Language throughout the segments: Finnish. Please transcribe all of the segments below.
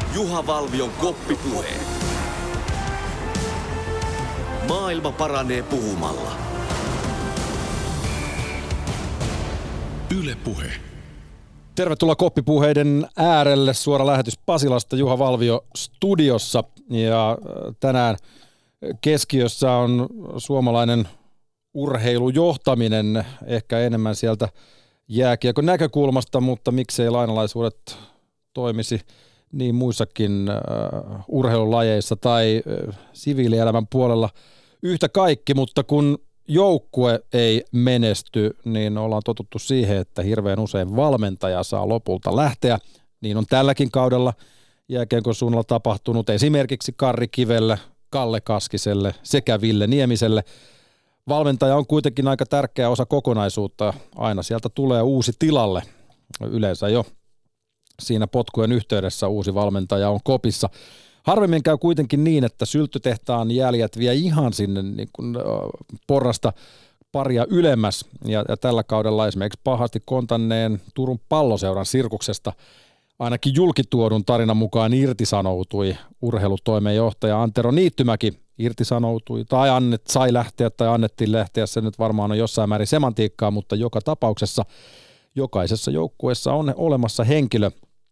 Juha Valvion koppipuhe. Maailma paranee puhumalla. Yle Puhe. Tervetuloa koppipuheiden äärelle. Suora lähetys Pasilasta Juha Valvio studiossa. Ja tänään keskiössä on suomalainen urheilujohtaminen, ehkä enemmän sieltä jääkiekon näkökulmasta, mutta miksei lainalaisuudet toimisi niin muissakin urheilulajeissa tai siviilielämän puolella yhtä kaikki, mutta kun joukkue ei menesty, niin ollaan totuttu siihen, että hirveän usein valmentaja saa lopulta lähteä. Niin on tälläkin kaudella jääkiekon suunnalla tapahtunut esimerkiksi Karri Kivelle, Kalle Kaskiselle sekä Ville Niemiselle. Valmentaja on kuitenkin aika tärkeä osa kokonaisuutta. Aina sieltä tulee uusi tilalle. Yleensä jo siinä potkujen yhteydessä uusi valmentaja on kopissa. Harvemmin käy kuitenkin niin, että sylttytehtaan jäljet vie ihan sinne niin kuin porrasta paria ylemmäs. Ja tällä kaudella esimerkiksi pahasti kontanneen Turun Palloseuran sirkuksesta ainakin julkituodun tarinan mukaan irtisanoutui urheilutoimenjohtaja Antero Niittymäki. Irtisanoutui tai sai lähteä tai annettiin lähteä, se nyt varmaan on jossain määrin semantiikkaa, mutta joka tapauksessa jokaisessa joukkueessa on olemassa henkilö,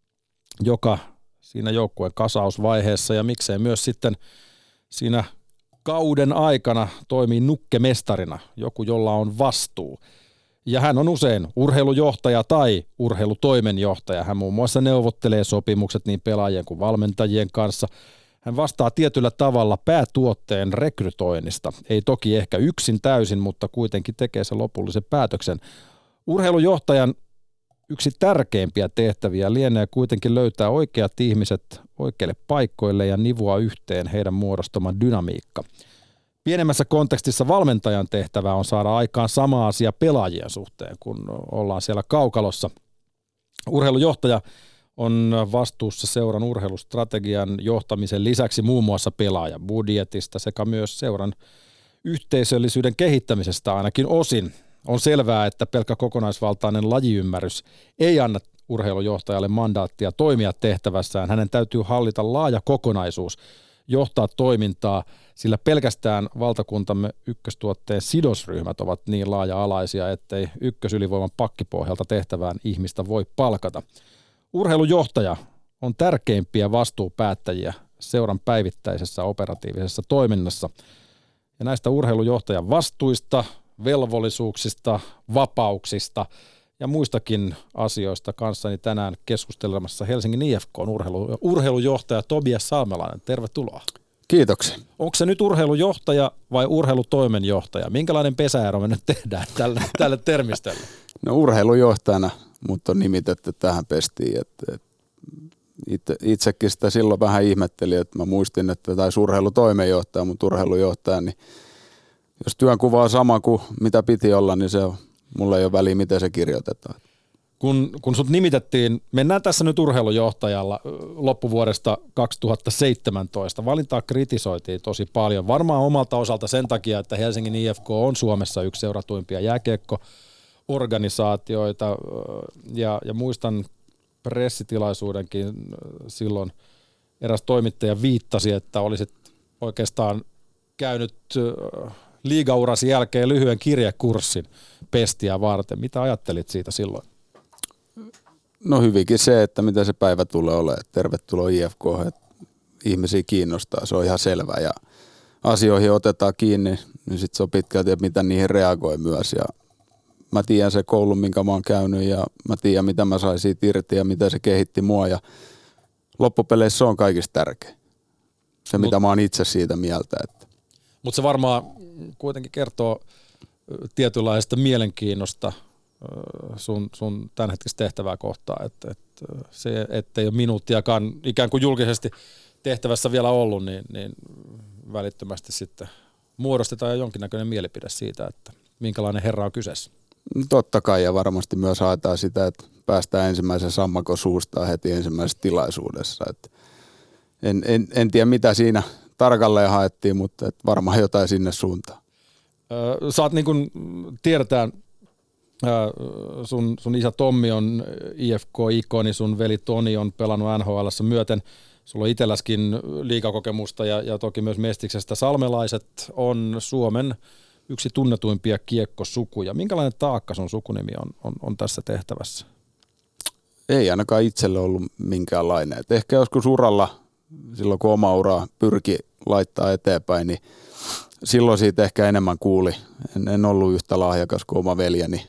joka siinä joukkueen kasausvaiheessa ja miksei myös sitten siinä kauden aikana toimii nukkemestarina, joku jolla on vastuu. Ja hän on usein urheilujohtaja tai urheilutoimenjohtaja. Hän muun muassa neuvottelee sopimukset niin pelaajien kuin valmentajien kanssa. Hän vastaa tietyllä tavalla päätuotteen rekrytoinnista. Ei toki ehkä yksin täysin, mutta kuitenkin tekee sen lopullisen päätöksen. Urheilujohtajan yksi tärkeimpiä tehtäviä lienee kuitenkin löytää oikeat ihmiset oikeille paikoille ja nivoa yhteen heidän muodostaman dynamiikka. Pienemmässä kontekstissa valmentajan tehtävä on saada aikaan sama asia pelaajien suhteen, kun ollaan siellä kaukalossa. Urheilujohtaja on vastuussa seuran urheilustrategian johtamisen lisäksi muun muassa pelaajabudjetista sekä myös seuran yhteisöllisyyden kehittämisestä ainakin osin. On selvää, että pelkkä kokonaisvaltainen lajiymmärrys ei anna urheilujohtajalle mandaattia toimia tehtävässään. Hänen täytyy hallita laaja kokonaisuus, johtaa toimintaa, sillä pelkästään valtakuntamme ykköstuotteen sidosryhmät ovat niin laaja-alaisia, ettei ykkösylivoiman pakkipohjalta tehtävään ihmistä voi palkata. Urheilujohtaja on tärkeimpiä vastuupäättäjiä seuran päivittäisessä operatiivisessa toiminnassa. Ja näistä urheilujohtajan vastuista, velvollisuuksista, vapauksista ja muistakin asioista kanssani tänään keskustelemassa Helsingin IFK:n urheilujohtaja Tobias Salmelainen. Tervetuloa. Kiitoksia. Onko se nyt urheilujohtaja vai urheilutoimenjohtaja? Minkälainen pesäero me nyt tehdään tälle termistölle? No urheilujohtajana, mutta on nimitetty tähän pestiin. Itsekin sitä silloin vähän ihmettelin, että mä muistin, että taisi urheilutoimenjohtaja, mutta urheilujohtaja, niin jos työnkuva on sama kuin mitä piti olla, niin mulla ei ole väliä, miten se kirjoitetaan. Kun sut nimitettiin, mennään tässä nyt urheilujohtajalla loppuvuodesta 2017. Valintaa kritisoitiin tosi paljon. Varmaan omalta osalta sen takia, että Helsingin IFK on Suomessa yksi seuratuimpia jääkiekko-organisaatioita. Ja muistan pressitilaisuudenkin silloin eräs toimittaja viittasi, että olisit oikeastaan käynyt liigaurasi jälkeen lyhyen kirjekurssin pestiä varten. Mitä ajattelit siitä silloin? No hyvinkin se, että mitä se päivä tulee olemaan. Tervetuloa IFK:hen, että ihmisiä kiinnostaa, se on ihan selvä. Ja asioihin otetaan kiinni, niin sitten se on pitkälti, että mitä niihin reagoi myös. Ja mä tiedän se koulun, minkä mä oon käynyt ja mä tiedän, mitä mä sain siitä irti ja mitä se kehitti mua. Ja loppupeleissä se on kaikista tärkeä. Se, mitä mä oon itse siitä mieltä. Mutta se varmaan kuitenkin kertoo tietynlaisesta mielenkiinnosta sun tämänhetkistä tehtävää kohtaa, että se, ettei ole minuuttiakaan ikään kuin julkisesti tehtävässä vielä ollut, niin välittömästi sitten muodostetaan jo jonkinnäköinen mielipide siitä, että minkälainen herra on kyseessä. Totta kai, ja varmasti myös haetaan sitä, että päästään ensimmäisen sammakon suustaan heti ensimmäisessä tilaisuudessa. Että en tiedä, mitä siinä tarkalleen haettiin, mutta varmaan jotain sinne suuntaan. Sä oot niin kuin tiedetään, sun isä Tommi on IFK-ikoni, sun veli Toni on pelannut NHL:ssä myöten Sulla on itselläskin liigakokemusta ja toki myös Mestiksestä. Salmelaiset on Suomen yksi tunnetuimpia kiekkosukuja. Minkälainen taakka sun sukunimi on tässä tehtävässä? Ei ainakaan itselle ollut minkäänlainen. Et ehkä joskus uralla, silloin kun oma ura pyrki laittaa eteenpäin, niin silloin siitä ehkä enemmän kuuli. En ollut yhtä lahjakas kuin oma veljeni.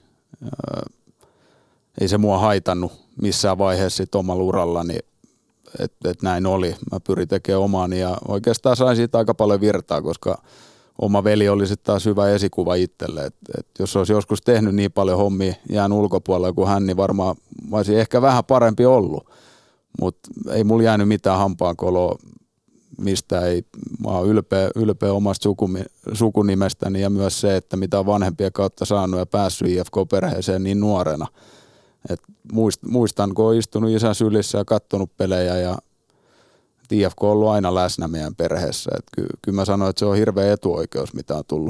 Ei se mua haitannut missään vaiheessa omalla urallani, että näin oli. Mä pyrin tekemään omaani ja oikeastaan sain siitä aika paljon virtaa, koska oma veli oli sitten taas hyvä esikuva itselle. Et jos olisi joskus tehnyt niin paljon hommia jään ulkopuolella kuin hän, niin varmaan mä olisin ehkä vähän parempi ollut. Mutta ei mulla jäänyt mitään hampaankoloa mistä ei. Mä oon ylpeä omasta sukunimestäni ja myös se, että mitä on vanhempien kautta saanut ja päässyt IFK-perheeseen niin nuorena. Et muistan, kun olen istunut isän sylissä ja katsonut pelejä ja IFK on ollut aina läsnä meidän perheessä. Kyllä mä sanoin, että se on hirveä etuoikeus, mitä on tullut.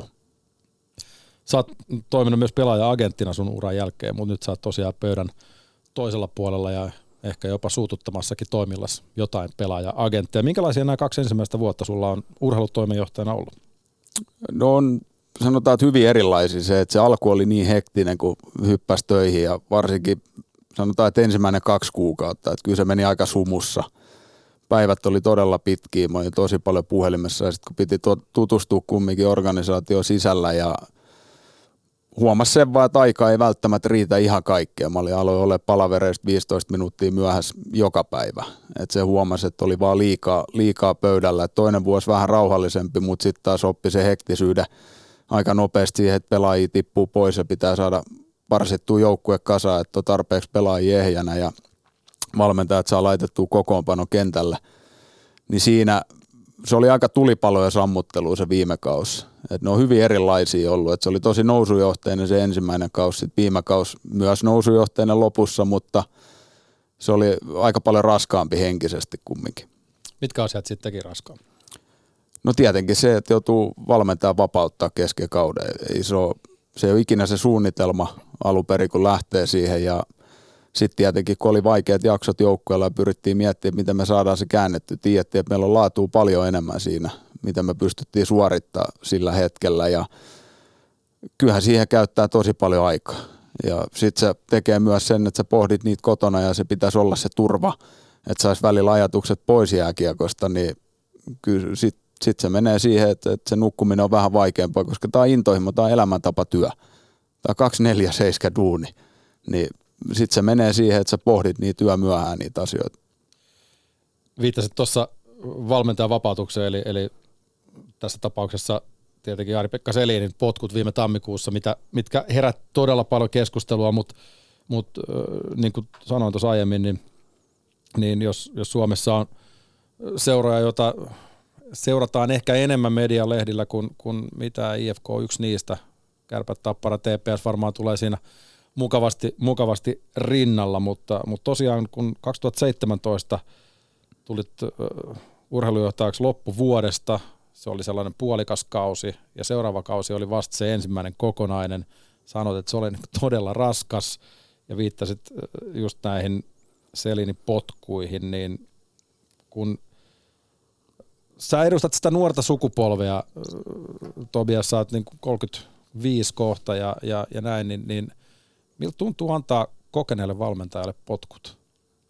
Sä oot toiminut myös pelaaja-agenttina sun uran jälkeen, mutta nyt sä oot tosiaan pöydän toisella puolella ja ehkä jopa suututtamassakin toimillas jotain pelaaja-agentteja. Minkälaisia nämä 2 ensimmäistä vuotta sulla on urheilutoimenjohtajana ollut? No on, sanotaan, että hyvin erilaisia. Se, että se alku oli niin hektinen, kun hyppäsi töihin ja varsinkin sanotaan, että ensimmäinen 2 kuukautta, että kyllä se meni aika sumussa. Päivät oli todella pitkiä, mä olin tosi paljon puhelimessa ja sitten kun piti tutustua kumminkin organisaation sisällä ja huomasi sen vaan, että aika ei välttämättä riitä ihan kaikkea. Mä aloin olla palavereista 15 minuuttia myöhässä joka päivä. Et se huomasi, että oli vaan liikaa pöydällä. Et toinen vuosi vähän rauhallisempi, mutta sitten taas oppi se hektisyyden aika nopeasti siihen, että pelaajia tippuu pois ja pitää saada parsittua joukkue kasaan, että on tarpeeksi pelaajia ehjänä ja valmentajat saa laitettua kokoonpano kentälle. Niin siinä se oli aika tulipaloja sammuttelua se viime kausi. Et ne on hyvin erilaisia ollut. Et se oli tosi nousujohteinen se ensimmäinen kausi, sitten viime kausi myös nousujohteinen lopussa, mutta se oli aika paljon raskaampi henkisesti kumminkin. Mitkä asiat sitten teki raskaan? No tietenkin se, että joutuu valmentajan vapauttaa kesken kauden. Se ei ole ikinä se suunnitelma alun perin, kun lähtee siihen ja sitten tietenkin, kun oli vaikeat jaksot joukkueella ja pyrittiin miettimään, miten me saadaan se käännetty. Tiedettiin, että meillä on laatua paljon enemmän siinä, mitä me pystyttiin suorittamaan sillä hetkellä. Ja kyllähän siihen käyttää tosi paljon aikaa. Ja sitten se tekee myös sen, että sä pohdit niitä kotona ja se pitäisi olla se turva, että saisi välillä ajatukset pois jääkiekosta. Niin kyllä sitten se menee siihen, että se nukkuminen on vähän vaikeampaa, koska tämä on intohimo, tämä on elämäntapatyö. Tämä on 24/7 duuni. Niin sitten se menee siihen, että sä pohdit niitä yömyöhään niitä asioita. Viittasit tuossa valmentajan vapautukseen, eli tässä tapauksessa tietenkin Ari-Pekka Selinin potkut viime tammikuussa, mitkä herät todella paljon keskustelua, mutta niin kuin sanoin tuossa aiemmin, niin jos Suomessa on seuraaja, jota seurataan ehkä enemmän median lehdillä kuin mitä IFK on yksi niistä, Kärpät, Tappara, TPS varmaan tulee siinä mukavasti rinnalla, mutta tosiaan kun 2017 tulit urheilujohtajaksi loppuvuodesta, se oli sellainen puolikas kausi ja seuraava kausi oli vasta se ensimmäinen kokonainen. Sanoit, että se oli todella raskas ja viittasit just näihin Selinin potkuihin, niin kun sä edustat sitä nuorta sukupolvea, Tobias, sä oot niin 35 kohta ja näin, niin miltä tuntuu antaa kokeneelle valmentajalle potkut?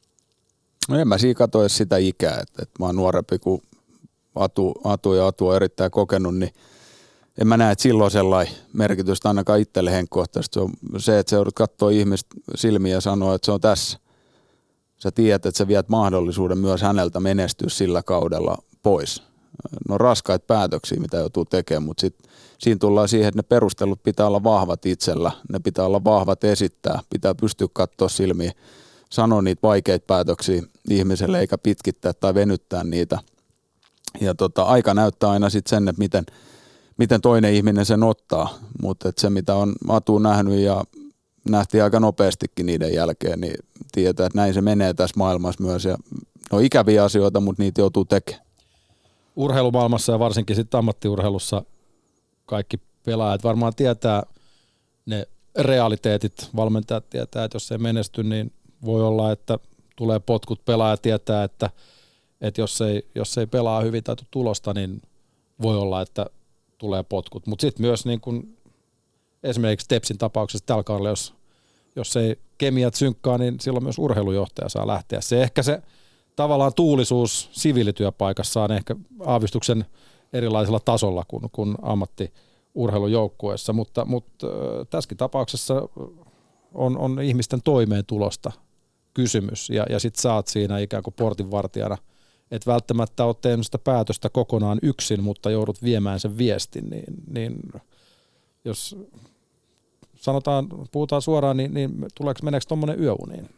No en mä siinä katso sitä ikää, että mä oon nuorempi kuin Atu on erittäin kokenut, niin en mä näe, että silloin sellainen merkitystä ainakaan itselle henkkohtaisesti. Se on se, että sä joudut katsoa ihmistä silmiä ja sanoa, että se on tässä. Sä tiedät, että sä viet mahdollisuuden myös häneltä menestyä sillä kaudella pois. No raskaita päätöksiä, mitä joutuu tekemään, mutta sitten siinä tullaan siihen, että ne perustelut pitää olla vahvat itsellä, ne pitää olla vahvat esittää, pitää pystyä katsoa silmiin, sanoa niitä vaikeita päätöksiä ihmiselle eikä pitkittää tai venyttää niitä. Ja aika näyttää aina sitten sen, että miten toinen ihminen sen ottaa, mutta se mitä on Atu nähnyt ja nähtiin aika nopeastikin niiden jälkeen, niin tietää, että näin se menee tässä maailmassa myös. Ja ne on ikäviä asioita, mutta niitä joutuu tekemään. Urheilumaailmassa ja varsinkin sitten ammattiurheilussa kaikki pelaajat varmaan tietää ne realiteetit. Valmentajat tietää, että jos ei menesty, niin voi olla, että tulee potkut. Pelaaja tietää, että että jos ei pelaa hyvin tai tule tulosta, niin voi olla, että tulee potkut. Mutta sitten myös niin kun esimerkiksi Tepsin tapauksessa tällä kaudella, jos ei kemiat synkkaa, niin silloin myös urheilujohtaja saa lähteä. Se ehkä se tavallaan tuulisuus siviilityöpaikassa on ehkä aavistuksen erilaisella tasolla kuin ammattiurheilujoukkueessa, mutta tässäkin tapauksessa on ihmisten toimeentulosta kysymys ja sit sä oot siinä ikään kuin portinvartijana, et välttämättä ole tehnyt sitä päätöstä kokonaan yksin, mutta joudut viemään sen viestin, niin jos puhutaan suoraan, niin meneekö tuommoinen yöuniin?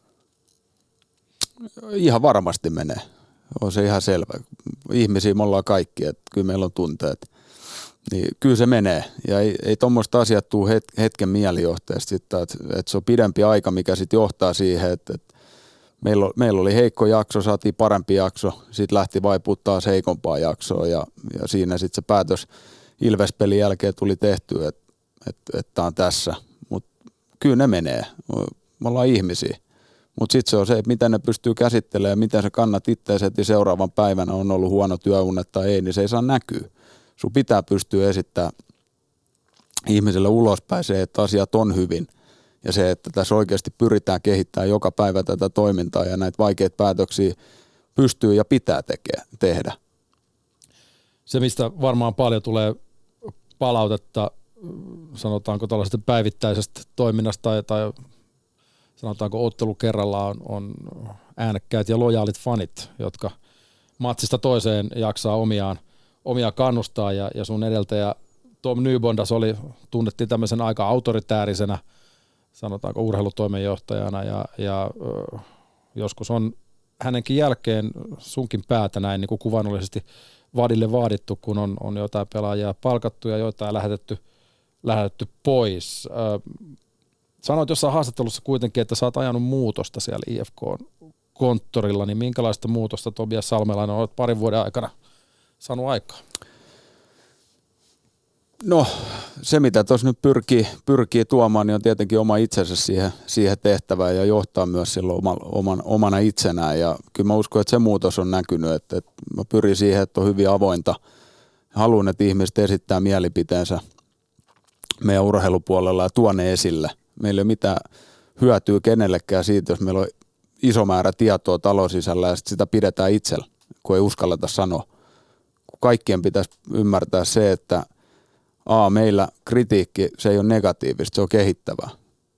Ihan varmasti menee. On se ihan selvä. Ihmisiä me ollaan kaikki, että kyllä meillä on tunteet. Niin kyllä se menee. Ja ei tuommoista asiat tule hetken mielijohteesta, että se on pidempi aika, mikä sitten johtaa siihen, että meillä oli heikko jakso, saatiin parempi jakso, sitten lähti vaipua taas heikompaa jaksoa ja siinä sitten se päätös Ilves-pelin jälkeen tuli tehtyä, että on tässä. Mutta kyllä ne menee. Me ollaan ihmisiä. Mutta sitten se on se, että miten ne pystyy käsittelemään, miten sä kannat itseäsi, että seuraavan päivänä on ollut huono työunet tai ei, niin se ei saa näkyä. Sun pitää pystyä esittämään ihmiselle ulospäin se, että asiat on hyvin ja se, että tässä oikeasti pyritään kehittämään joka päivä tätä toimintaa ja näitä vaikeita päätöksiä pystyy ja pitää tehdä. Se, mistä varmaan paljon tulee palautetta, sanotaanko tällaisesta päivittäisestä toiminnasta tai sanotaanko ottelu kerrallaan on äänekkäät ja lojaalit fanit, jotka matsista toiseen jaksaa omiaan kannustaa ja sun edeltäjä Tom Nybondas tunnettiin tämmöisen aika autoritäärisenä, sanotaanko urheilutoimenjohtajana ja joskus on hänenkin jälkeen sunkin päätä näin niin kuin kuvannollisesti vadille vaadittu, kun on jotain pelaajia palkattu ja jotain lähetetty pois. Sanoit jossain haastattelussa kuitenkin, että sä oot ajanut muutosta siellä IFK-konttorilla, niin minkälaista muutosta Tobias Salmelainen olet parin vuoden aikana saanut aikaan? No se, mitä tuossa nyt pyrkii tuomaan, niin on tietenkin oma itsensä siihen tehtävään ja johtaa myös silloin omana itsenään. Ja kyllä mä uskon, että se muutos on näkynyt, että mä pyrin siihen, että on hyvin avointa. Haluan, että ihmiset esittää mielipiteensä meidän urheilupuolella ja tuo ne esille. Meillä ei ole mitään hyötyä kenellekään siitä, jos meillä on iso määrä tietoa talon sisällä ja sitä pidetään itsellä, kun ei uskalleta sanoa. Kaikkien pitäisi ymmärtää se, että meillä kritiikki, se ei ole negatiivista, se on kehittävää.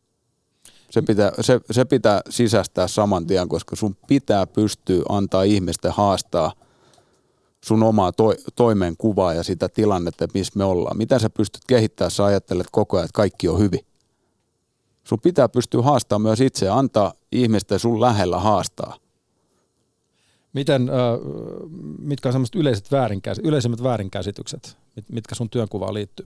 Se pitää sisäistää saman tien, koska sun pitää pystyä antaa ihmisten haastaa sun omaa toimenkuvaa ja sitä tilannetta, missä me ollaan. Mitä sä pystyt kehittämään, sä ajattelet koko ajan, että kaikki on hyvin. Sun pitää pystyä haastamaan myös itse ja antaa ihmisten sun lähellä haastaa. Mitkä on sellaiset yleisimmät väärinkäsitykset, mitkä sun työnkuvaan liittyy?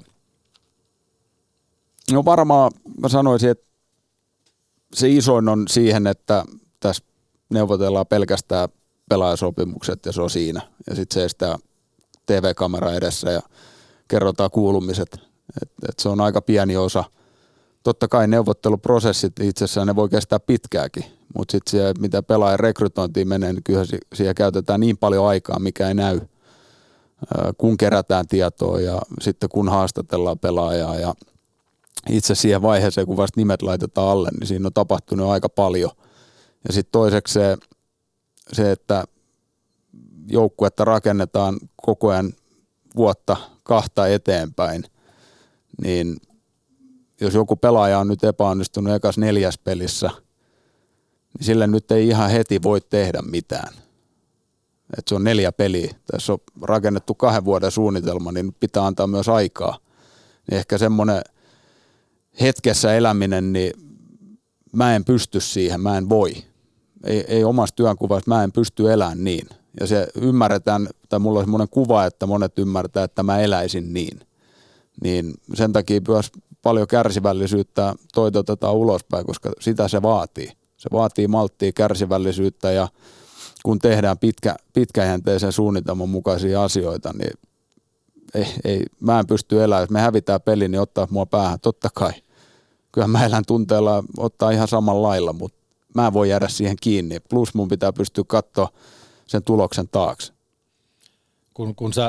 No varmaan mä sanoisin, että se isoin on siihen, että tässä neuvotellaan pelkästään pelaajasopimukset ja se on siinä. Ja sitten seistää TV-kamera edessä ja kerrotaan kuulumiset. Et se on aika pieni osa. Totta kai neuvotteluprosessit itsessään ne voi kestää pitkääkin, mutta sitten mitä pelaajan rekrytointiin menee, niin kyllä siihen käytetään niin paljon aikaa, mikä ei näy, kun kerätään tietoa ja sitten kun haastatellaan pelaajaa. Ja itse siihen vaiheeseen, kun vasta nimet laitetaan alle, niin siinä on tapahtunut aika paljon. Ja sitten toiseksi se, että joukkuetta rakennetaan koko ajan vuotta kahta eteenpäin, niin jos joku pelaaja on nyt epäonnistunut ekas 4. pelissä, niin sille nyt ei ihan heti voi tehdä mitään. Et se on 4 peliä. Tässä on rakennettu 2 vuoden suunnitelma, niin pitää antaa myös aikaa. Niin ehkä semmoinen hetkessä eläminen, niin mä en pysty siihen, mä en voi. Ei omassa työnkuvassa, mä en pysty elämään niin. Ja se ymmärretään, tai mulla on semmoinen kuva, että monet ymmärtää, että mä eläisin niin. Niin sen takia myös paljon kärsivällisyyttä toitotetaan ulospäin, koska sitä se vaatii. Se vaatii malttia, kärsivällisyyttä ja kun tehdään pitkäjänteisen suunnitelman mukaisia asioita, niin mä en pysty elämään. Jos me hävitään peli, niin ottaa mua päähän. Totta kai. Kyllä mä elän tunteella ottaa ihan samalla lailla, mutta mä en voi jäädä siihen kiinni. Plus mun pitää pystyä katsoa sen tuloksen taakse. Kun sä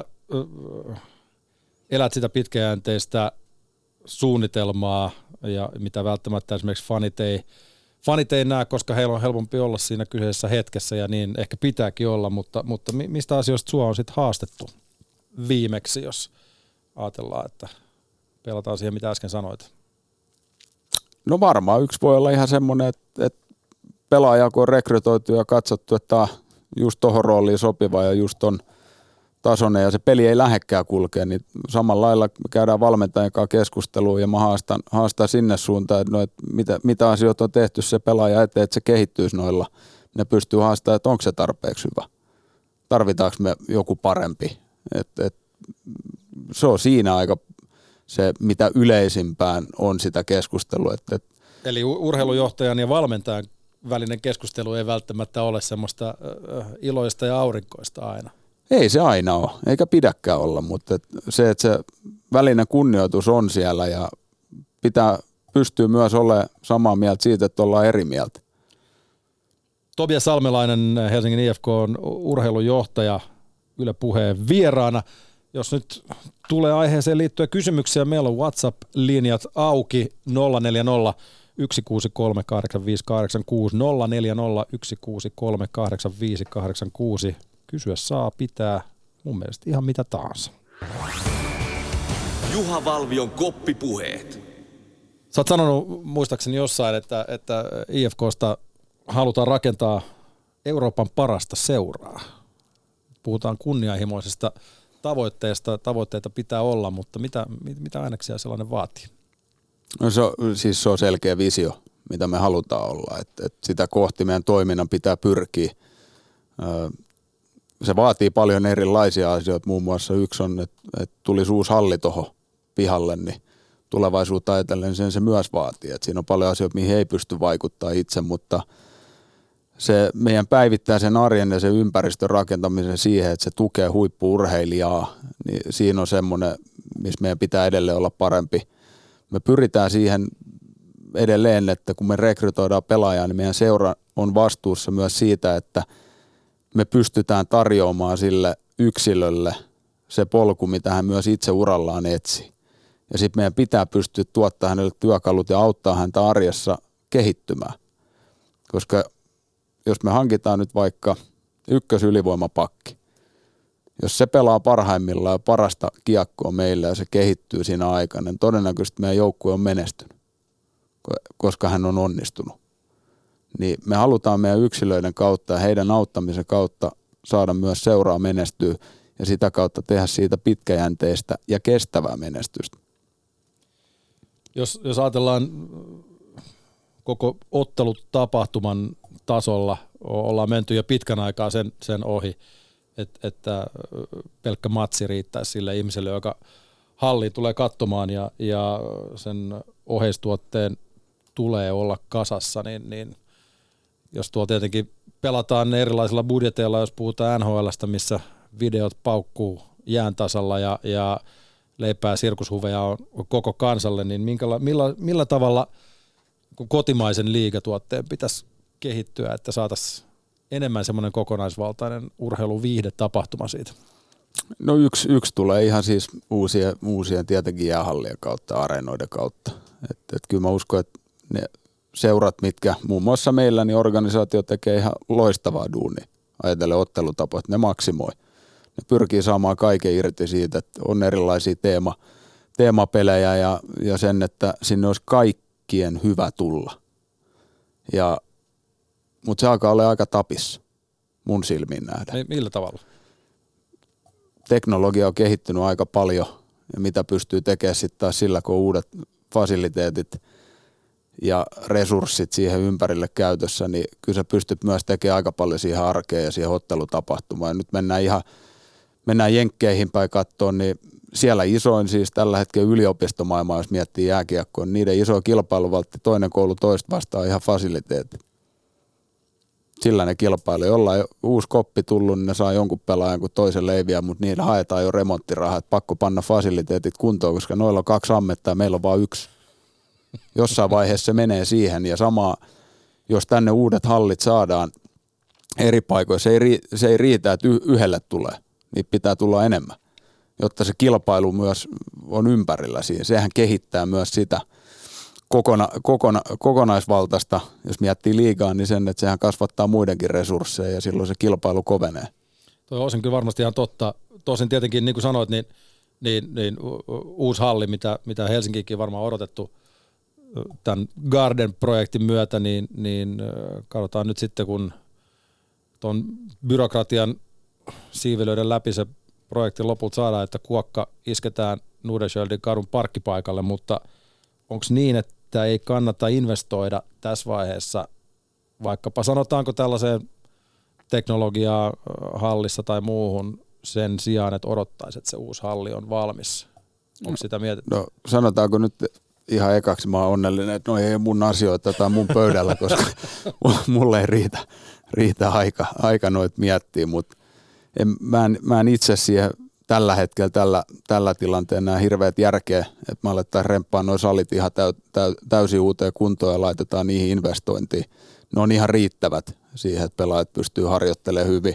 elät sitä pitkäjänteistä suunnitelmaa, ja mitä välttämättä esimerkiksi fanit ei näe, koska heillä on helpompi olla siinä kyseisessä hetkessä, ja niin ehkä pitääkin olla, mutta mistä asioista sua on sitten haastettu viimeksi, jos ajatellaan, että pelataan siihen, mitä äsken sanoit? No varmaan yksi voi olla ihan semmoinen, että pelaaja kun on rekrytoitu ja katsottu, että on just tohon rooliin sopiva ja just on tasoinen ja se peli ei lähekkään kulkea, niin samalla lailla me käydään valmentajan kanssa keskustelua ja mä haastan sinne suuntaan, että mitä asioita on tehty se pelaaja eteen, että se kehittyisi noilla. Ne pystyy haastamaan, että onko se tarpeeksi hyvä. Tarvitaanko me joku parempi. Se on siinä aika se, mitä yleisimpään on sitä keskustelua. Eli urheilujohtajan ja valmentajan välinen keskustelu ei välttämättä ole semmoista iloista ja aurinkoista aina. Ei se aina ole, eikä pidäkään olla, mutta se, että se välinen kunnioitus on siellä ja pystyy myös olemaan samaa mieltä siitä, että ollaan eri mieltä. Tobias Salmelainen, Helsingin IFK on urheilujohtaja, Yle Puheen vieraana. Jos nyt tulee aiheeseen liittyen kysymyksiä, meillä on WhatsApp-linjat auki 040 163 8586 040 163 8586. Kysyä saa pitää mun mielestä ihan mitä tahansa. Juha Valvion koppipuheet. Sä oot sanonut muistaakseni jossain, että IFKsta halutaan rakentaa Euroopan parasta seuraa. Puhutaan kunnianhimoisesta tavoitteita pitää olla, mutta mitä aineksia sellainen vaatii? No se on selkeä visio, mitä me halutaan olla. Et sitä kohti meidän toiminnan pitää pyrkiä. Se vaatii paljon erilaisia asioita. Muun muassa yksi on, että tulisi uusi halli tuohon pihalle, niin tulevaisuutta ajatellen se myös vaatii. Et siinä on paljon asioita, mihin ei pysty vaikuttaa itse, mutta se meidän päivittäisen arjen ja sen ympäristön rakentamisen siihen, että se tukee huippu-urheilijaa, niin siinä on semmoinen, missä meidän pitää edelleen olla parempi. Me pyritään siihen edelleen, että kun me rekrytoidaan pelaajaa, niin meidän seura on vastuussa myös siitä, että me pystytään tarjoamaan sille yksilölle se polku, mitä hän myös itse urallaan etsii. Ja sitten meidän pitää pystyä tuottamaan hänelle työkalut ja auttaa häntä arjessa kehittymään. Koska jos me hankitaan nyt vaikka ykkösylivoimapakki, jos se pelaa parhaimmillaan ja parasta kiekkoa meillä ja se kehittyy siinä aikana, niin todennäköisesti meidän joukkue on menestynyt, koska hän on onnistunut. Niin me halutaan meidän yksilöiden kautta ja heidän auttamisen kautta saada myös seuraa menestyä ja sitä kautta tehdä siitä pitkäjänteistä ja kestävää menestystä. Jos ajatellaan koko ottelutapahtuman tasolla, ollaan menty jo pitkän aikaa sen ohi, että pelkkä matsi riittäisi sille ihmiselle, joka halliin tulee katsomaan ja sen oheistuotteen tulee olla kasassa, niin jos tuo tietenkin pelataan erilaisilla budjeteilla, jos puhutaan NHL:stä, missä videot paukkuu jään tasalla ja leipää sirkushuveja on koko kansalle, niin millä tavalla kotimaisen liigatuotteen pitäisi kehittyä, että saataisiin enemmän semmoinen kokonaisvaltainen urheiluviihdetapahtuma siitä? No yksi tulee ihan siis uusien tietenkin jäähallien kautta, areenoiden kautta. Et kyllä mä uskon, että ne seurat, mitkä muun muassa meillä, niin organisaatio tekee ihan loistavaa duunia. Ajatellen ottelutapoja, että ne maksimoi. Ne pyrkii saamaan kaiken irti siitä, että on erilaisia teemapelejä ja sen, että sinne olisi kaikkien hyvä tulla. Mutta se alkaa olla aika tapissa mun silmiin nähdä. Millä tavalla? Teknologia on kehittynyt aika paljon ja mitä pystyy tekemään sitten taas sillä, kun on uudet fasiliteetit ja resurssit siihen ympärille käytössä, niin kyllä sä pystyt myös tekemään aika paljon siihen arkeen ja siihen ottelutapahtumaan. Ja nyt mennään jenkkeihin päin kattoon, niin siellä isoin siis tällä hetkellä yliopistomaailmaa, jos miettii jääkiekkoa, niin niiden iso kilpailuvaltti toinen koulu toista vastaan ihan fasiliteetti. Sillä ne kilpailee. Jollain uusi koppi tullut, niin ne saa jonkun pelaajan kuin toisen leiviä, mutta niillä haetaan jo remonttirahaa, että pakko panna fasiliteetit kuntoon, koska noilla on 2 ammettaa ja meillä on vain 1. Jossain vaiheessa se menee siihen ja sama, jos tänne uudet hallit saadaan, eri paikoissa. Se ei riitä, että yhdelle tulee, niin pitää tulla enemmän, jotta se kilpailu myös on ympärillä siinä. Sehän kehittää myös sitä kokonaisvaltaista, jos miettii liigaa, niin sen, että sehän kasvattaa muidenkin resursseja ja silloin se kilpailu kovenee. Tuo on kyllä varmasti ihan totta. Tosin tietenkin, niin kuin sanoit, niin uusi halli, mitä Helsinkiinkin varmaan odotettu tämän Garden-projektin myötä, niin katsotaan nyt sitten, kun tuon byrokratian siivilöiden läpi se projekti lopulta saadaan, että kuokka isketään Nordenskiöldin kadun parkkipaikalle, mutta onko niin, että ei kannata investoida tässä vaiheessa, vaikkapa sanotaanko tällaiseen teknologiaa hallissa tai muuhun sen sijaan, että odottaisi, että se uusi halli on valmis? Onko sitä mietitty? No sanotaanko nyt ihan ekaksi, mä oon onnellinen, että no ei mun asioita tai mun pöydällä, koska mulle ei riitä aika noit miettiä, mutta mä en itse siihen tällä hetkellä, tällä tilanteella näe hirveät järkeä, että mä alettaisiin remppaa nuo salit ihan täysin uuteen kuntoon ja laitetaan niihin investointiin. Ne on ihan riittävät siihen, että pelaajat pystyy harjoittelemaan hyvin,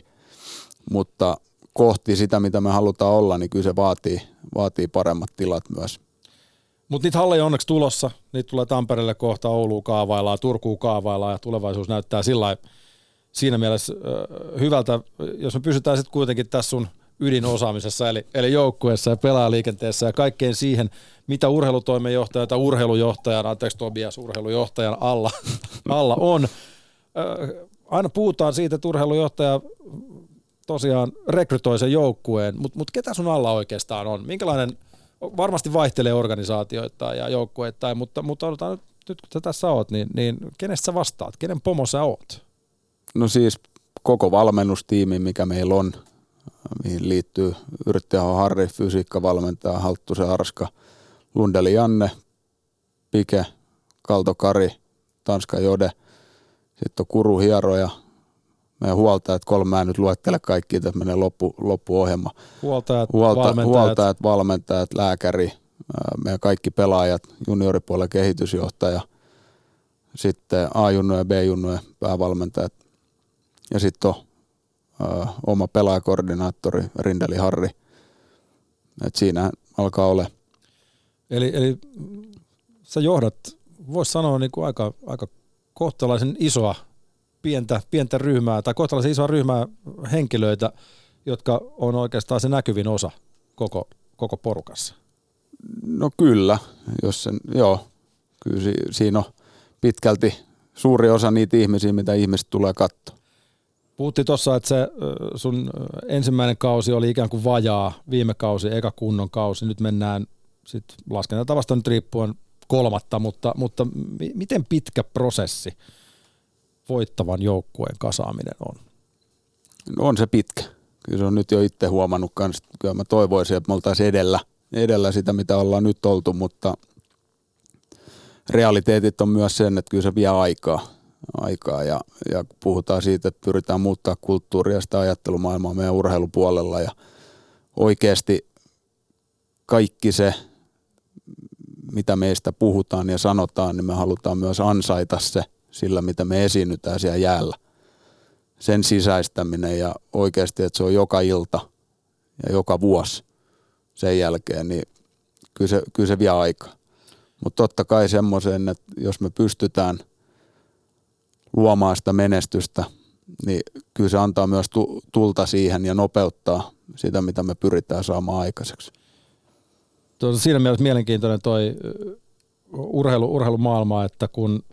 mutta kohti sitä, mitä me halutaan olla, niin kyllä se vaatii paremmat tilat myös. Mutta niitä halleja on onneksi tulossa. Niitä tulee Tampereelle kohta, Ouluun kaavaillaan, Turkuun kaavaillaan ja tulevaisuus näyttää siinä mielessä hyvältä, jos me pysytään sitten kuitenkin tässä sun ydinosaamisessa, eli joukkueessa ja pelaajaliikenteessä ja kaikkeen siihen, mitä urheilutoimenjohtaja tai urheilujohtajan, Tobias urheilujohtajan alla on. Aina puhutaan siitä, että urheilujohtaja tosiaan rekrytoi sen joukkueen, mutta ketä sun alla oikeastaan on? Minkälainen, varmasti vaihtelee organisaatioita ja joukkueita, mutta odotaan nyt kun sä tässä oot, niin kenestä sä vastaat? Kenen pomo sä oot? No siis koko valmennustiimi, mikä meillä on, mihin liittyy Yrttiaho Harri, fysiikkavalmentaja, Halttusen Arska, Lundeli Janne, Pike, Kalto Kari, Tanska Jode, sitten on Kuru Hieroja, meidän huoltajat, mä en nyt luettele kaikki, että menee loppuohjelma. Huoltajat, valmentajat, lääkäri, meidän kaikki pelaajat, junioripuolen kehitysjohtaja, sitten A-junnujen ja B-junnujen päävalmentajat ja sitten on oma pelaajakoordinaattori Rindeli Harri. Et siinä alkaa olla. Eli sä johdat, voisi sanoa niin kuin aika kohtalaisen isoa pientä ryhmää tai kohtalaisen isoa ryhmää henkilöitä, jotka on oikeastaan se näkyvin osa koko porukassa. No kyllä, kyllä siinä on pitkälti suuri osa niitä ihmisiä, mitä ihmiset tulee katsoa. Puhuttiin tuossa, että se sun ensimmäinen kausi oli ikään kuin vajaa, viime kausi, eka kunnon kausi, nyt mennään sitten laskentatavasta nyt riippuen kolmatta, mutta miten pitkä prosessi voittavan joukkueen kasaaminen on? No on se pitkä. Kyllä se on nyt jo itse huomannut kanssa. Kyllä mä toivoisin, että me oltaisiin edellä sitä, mitä ollaan nyt oltu, mutta realiteetit on myös sen, että kyllä se vie aikaa ja kun puhutaan siitä, että pyritään muuttaa kulttuuria ja sitä ajattelumaailmaa meidän urheilupuolella ja oikeasti kaikki se, mitä meistä puhutaan ja sanotaan, niin me halutaan myös ansaita se sillä, mitä me esiinnytään siellä jäällä. Sen sisäistäminen ja oikeasti, että se on joka ilta ja joka vuosi sen jälkeen, niin kyllä se vie aikaa. Mutta totta kai semmoisen, että jos me pystytään luomaan sitä menestystä, niin kyllä se antaa myös tulta siihen ja nopeuttaa sitä, mitä me pyritään saamaan aikaiseksi. Siinä mielessä mielenkiintoinen toi urheilumaailma, että kun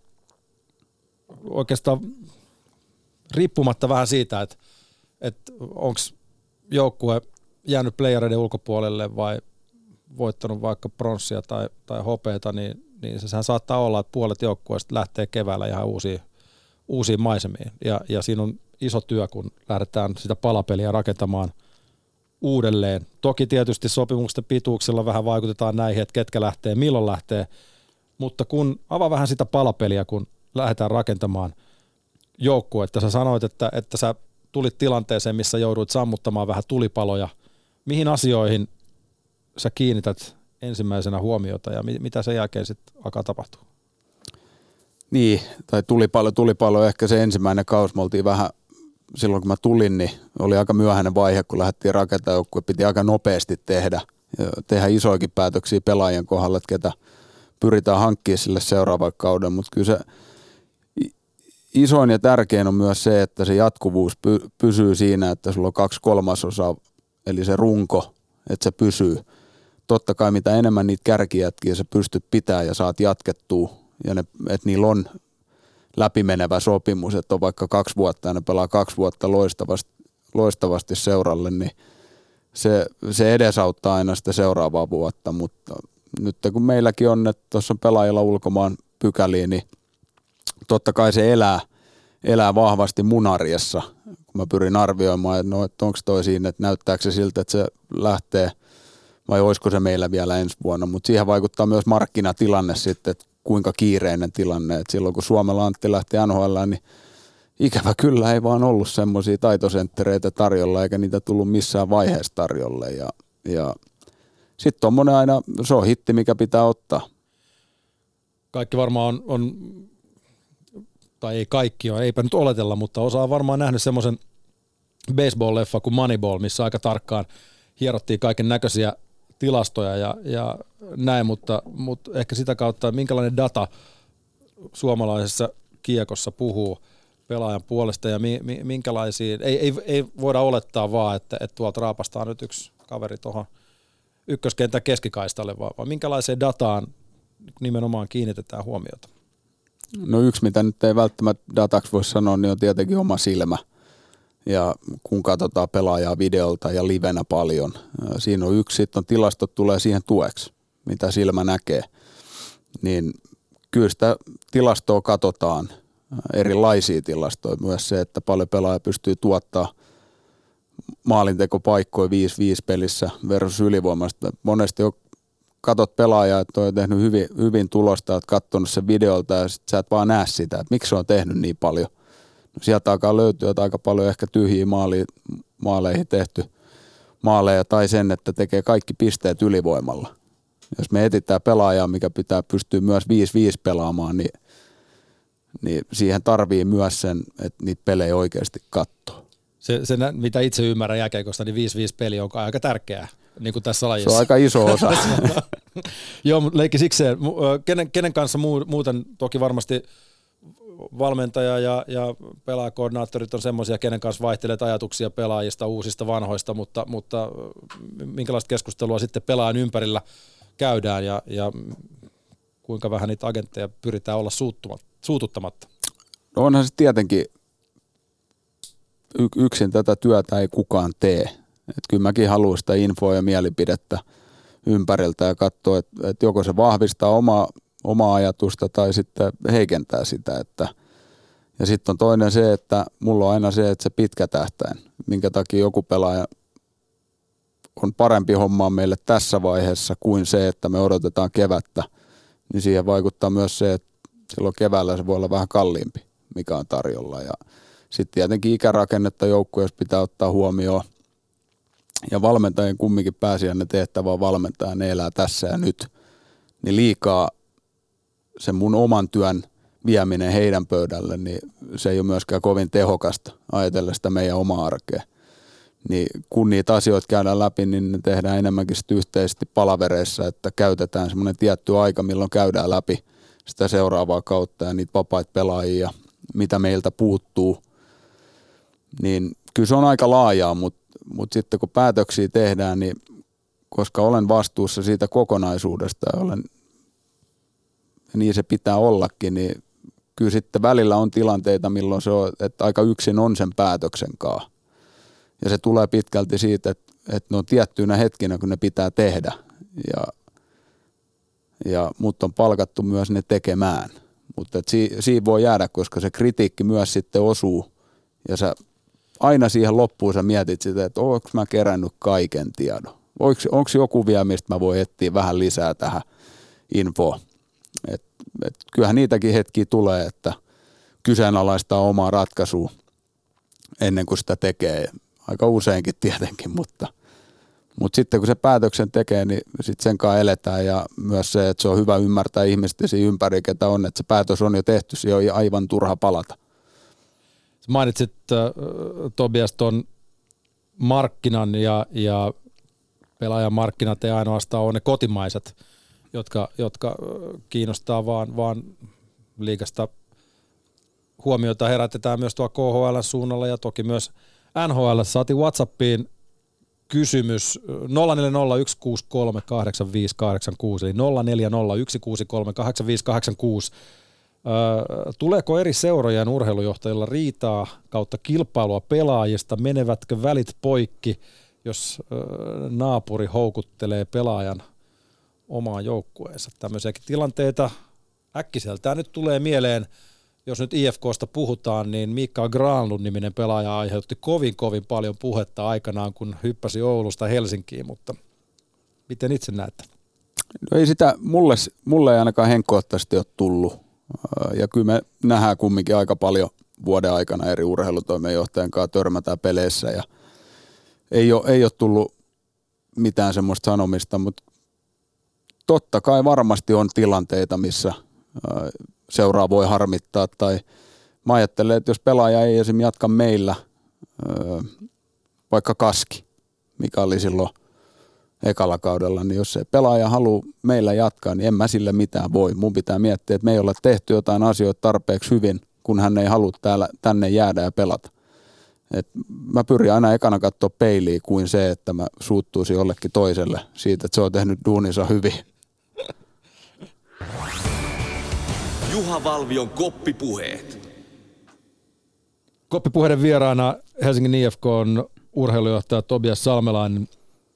oikeastaan riippumatta vähän siitä, että onko joukkue jäänyt playereiden ulkopuolelle vai voittanut vaikka pronssia tai hopeata, niin sehän saattaa olla, että puolet joukkueesta lähtee keväällä ihan uusiin maisemiin. Ja siinä on iso työ, kun lähdetään sitä palapeliä rakentamaan uudelleen. Toki tietysti sopimusten pituuksilla vähän vaikutetaan näihin, että ketkä lähtee, milloin lähtee, mutta kun avaa vähän sitä palapeliä, kun lähdetään rakentamaan joukkuetta. Sä sanoit, että sä tulit tilanteeseen, missä jouduit sammuttamaan vähän tulipaloja. Mihin asioihin sä kiinnität ensimmäisenä huomiota ja mitä sen jälkeen sitten alkaa tapahtua? Niin, tai tulipalo. Ehkä se ensimmäinen kausi me oltiin vähän silloin kun mä tulin, niin oli aika myöhäinen vaihe, kun lähdettiin rakentamaan joukkue. Piti aika nopeasti tehdä isoikin päätöksiä pelaajien kohdalla, että ketä pyritään hankkimaan sille seuraavan kauden. Mutta kyllä se isoin ja tärkein on myös se, että se jatkuvuus pysyy siinä, että sulla on 2/3, eli se runko, että se pysyy. Totta kai mitä enemmän niitä kärkijätkiä sä pystyt pitämään ja saat jatkettua, ja että niillä on läpimenevä sopimus, että on vaikka 2 vuotta ja ne pelaa 2 vuotta loistavasti seuralle, niin se edesauttaa aina sitä seuraavaa vuotta, mutta nyt kun meilläkin on, että tuossa on pelaajilla ulkomaan pykäliä, niin totta kai se elää vahvasti mun arjessa, kun mä pyrin arvioimaan, että onko toi siinä, että näyttääkö se siltä, että se lähtee vai olisiko se meillä vielä ensi vuonna, mutta siihen vaikuttaa myös markkinatilanne sitten, että kuinka kiireinen tilanne, että silloin kun Suomella Antti lähti NHL, niin ikävä kyllä ei vaan ollut semmoisia taitosenttereitä tarjolla, eikä niitä tullut missään vaiheessa tarjolle, ja sitten tommonen aina, se on hitti, mikä pitää ottaa. Kaikki varmaan on tai ei kaikki ole, eipä nyt oletella, mutta osa on varmaan nähnyt semmoisen baseball-leffa kuin Moneyball, missä aika tarkkaan hierottiin kaiken näköisiä tilastoja ja näin, mutta ehkä sitä kautta, minkälainen data suomalaisessa kiekossa puhuu pelaajan puolesta ja minkälaisia, ei voida olettaa vaan, että tuolta raapastaa nyt yksi kaveri tuohon ykköskentän keskikaistalle, vaan minkälaiseen dataan nimenomaan kiinnitetään huomiota? No yksi, mitä nyt ei välttämättä dataksi voi sanoa, niin on tietenkin oma silmä. Ja kun katsotaan pelaajaa videolta ja livenä paljon, siinä on yksi, sitten tilastot tulee siihen tueksi, mitä silmä näkee. Niin kyllä sitä tilastoa katsotaan, erilaisia tilastoja. Myös se, että paljon pelaaja pystyy tuottaa maalintekopaikkoja 5-5 pelissä versus ylivoimasta. Monesti katot pelaajaa, että on tehnyt hyvin tulosta, olet katsonut sen videolta ja sit sä et vaan näe sitä, että miksi se on tehnyt niin paljon. No sieltä alkaa löytyä aika paljon ehkä tyhjiä maaleihin tehty maaleja tai sen, että tekee kaikki pisteet ylivoimalla. Jos me etsitään pelaajaa, mikä pitää pystyä myös 5-5 pelaamaan, niin siihen tarvii myös sen, että niitä pelejä oikeasti katsoo. Se, mitä itse ymmärrän jääkiekosta, niin 5-5 peli on aika tärkeää, niin kuin tässä lajissa. Se on aika iso osa. Joo, mutta leikki sikseen. Kenen kanssa muuten toki varmasti valmentaja ja pelaajakoordinaattorit on semmoisia, kenen kanssa vaihtelet ajatuksia pelaajista, uusista, vanhoista, mutta minkälaista keskustelua sitten pelaajan ympärillä käydään ja kuinka vähän niitä agentteja pyritään olla suututtamatta? No onhan se tietenkin, yksin tätä työtä ei kukaan tee. Et kyllä mäkin haluan sitä infoa ja mielipidettä ympäriltä ja katsoa, että joko se vahvistaa omaa ajatusta tai sitten heikentää sitä. Ja sitten on toinen se, että mulla on aina se, että se pitkä tähtäin, minkä takia joku pelaaja on parempi hommaa meille tässä vaiheessa kuin se, että me odotetaan kevättä, niin siihen vaikuttaa myös se, että silloin keväällä se voi olla vähän kalliimpi, mikä on tarjolla. Ja sitten tietenkin ikärakennetta joukkueessa pitää ottaa huomioon. Ja valmentajien kumminkin pääsiäinen tehtävä on valmentaa, ne elää tässä ja nyt. Niin liikaa sen mun oman työn vieminen heidän pöydälle, niin se ei ole myöskään kovin tehokasta ajatella sitä meidän omaa arkea. Niin kun niitä asioita käydään läpi, niin ne tehdään enemmänkin yhteisesti palavereissa, että käytetään semmoinen tietty aika, milloin käydään läpi sitä seuraavaa kautta ja niitä vapaita pelaajia, mitä meiltä puuttuu. Niin kyllä se on aika laajaa, mutta sitten kun päätöksiä tehdään, niin koska olen vastuussa siitä kokonaisuudesta ja niin se pitää ollakin, niin kyllä sitten välillä on tilanteita, milloin se on, että aika yksin on sen päätöksen kanssa. Ja se tulee pitkälti siitä, että ne on tiettyinä hetkinä, kun ne pitää tehdä. Ja mut on palkattu myös ne tekemään. Mutta siinä voi jäädä, koska se kritiikki myös sitten osuu. Ja sä aina siihen loppuun sä mietit sitä, että onko mä kerännyt kaiken tiedon. Onko joku vielä, mistä mä voin etsiä vähän lisää tähän infoon. Kyllähän niitäkin hetkiä tulee, että kyseenalaistaa omaa ratkaisua ennen kuin sitä tekee. Aika useinkin tietenkin, mutta sitten kun se päätöksen tekee, niin sitten sen kanssa eletään ja myös se, että se on hyvä ymmärtää ihmistä siinä ympäri, ketä on, että se päätös on jo tehty, se on aivan turha palata. Mainitsit Tobias ton markkinan ja pelaajan markkinat ei ainoastaan ole ne kotimaiset, jotka kiinnostaa, vaan liigasta huomiota herätetään myös tuo KHL suunnalla ja toki myös NHL. Saatiin WhatsAppiin kysymys 0401638586 eli 0401638586. Tuleeko eri seurojen urheilujohtajilla riitaa kautta kilpailua pelaajista? Menevätkö välit poikki, jos naapuri houkuttelee pelaajan omaan joukkueensa? Tämmöisiäkin tilanteita äkkiseltään nyt tulee mieleen. Jos nyt IFK:sta puhutaan, niin Mikael Granlund-niminen pelaaja aiheutti kovin paljon puhetta aikanaan, kun hyppäsi Oulusta Helsinkiin, mutta miten itse näette? No ei sitä, mulle ei ainakaan henkkohtaisesti ole tullut. Ja kyllä me nähdään kumminkin aika paljon vuoden aikana eri urheilutoimenjohtajan kanssa törmätään peleissä ja ei ole tullut mitään semmoista sanomista, mutta totta kai varmasti on tilanteita, missä seuraa voi harmittaa tai mä ajattelen, että jos pelaaja ei esimerkiksi jatka meillä, vaikka Kaski, mikä oli silloin ekalla kaudella, niin jos se pelaaja haluaa meillä jatkaa, niin en mä sille mitään voi. Mun pitää miettiä, että me ei olla tehty jotain asioita tarpeeksi hyvin, kun hän ei halua tänne jäädä ja pelata. Et mä pyrin aina ekana katsoa peiliin kuin se, että mä suuttuisin jollekin toiselle siitä, että se on tehnyt duuninsa hyvin. Juha Valvion koppipuheet. Koppipuheiden vieraana Helsingin IFK:n urheilujohtaja Tobias Salmelainen.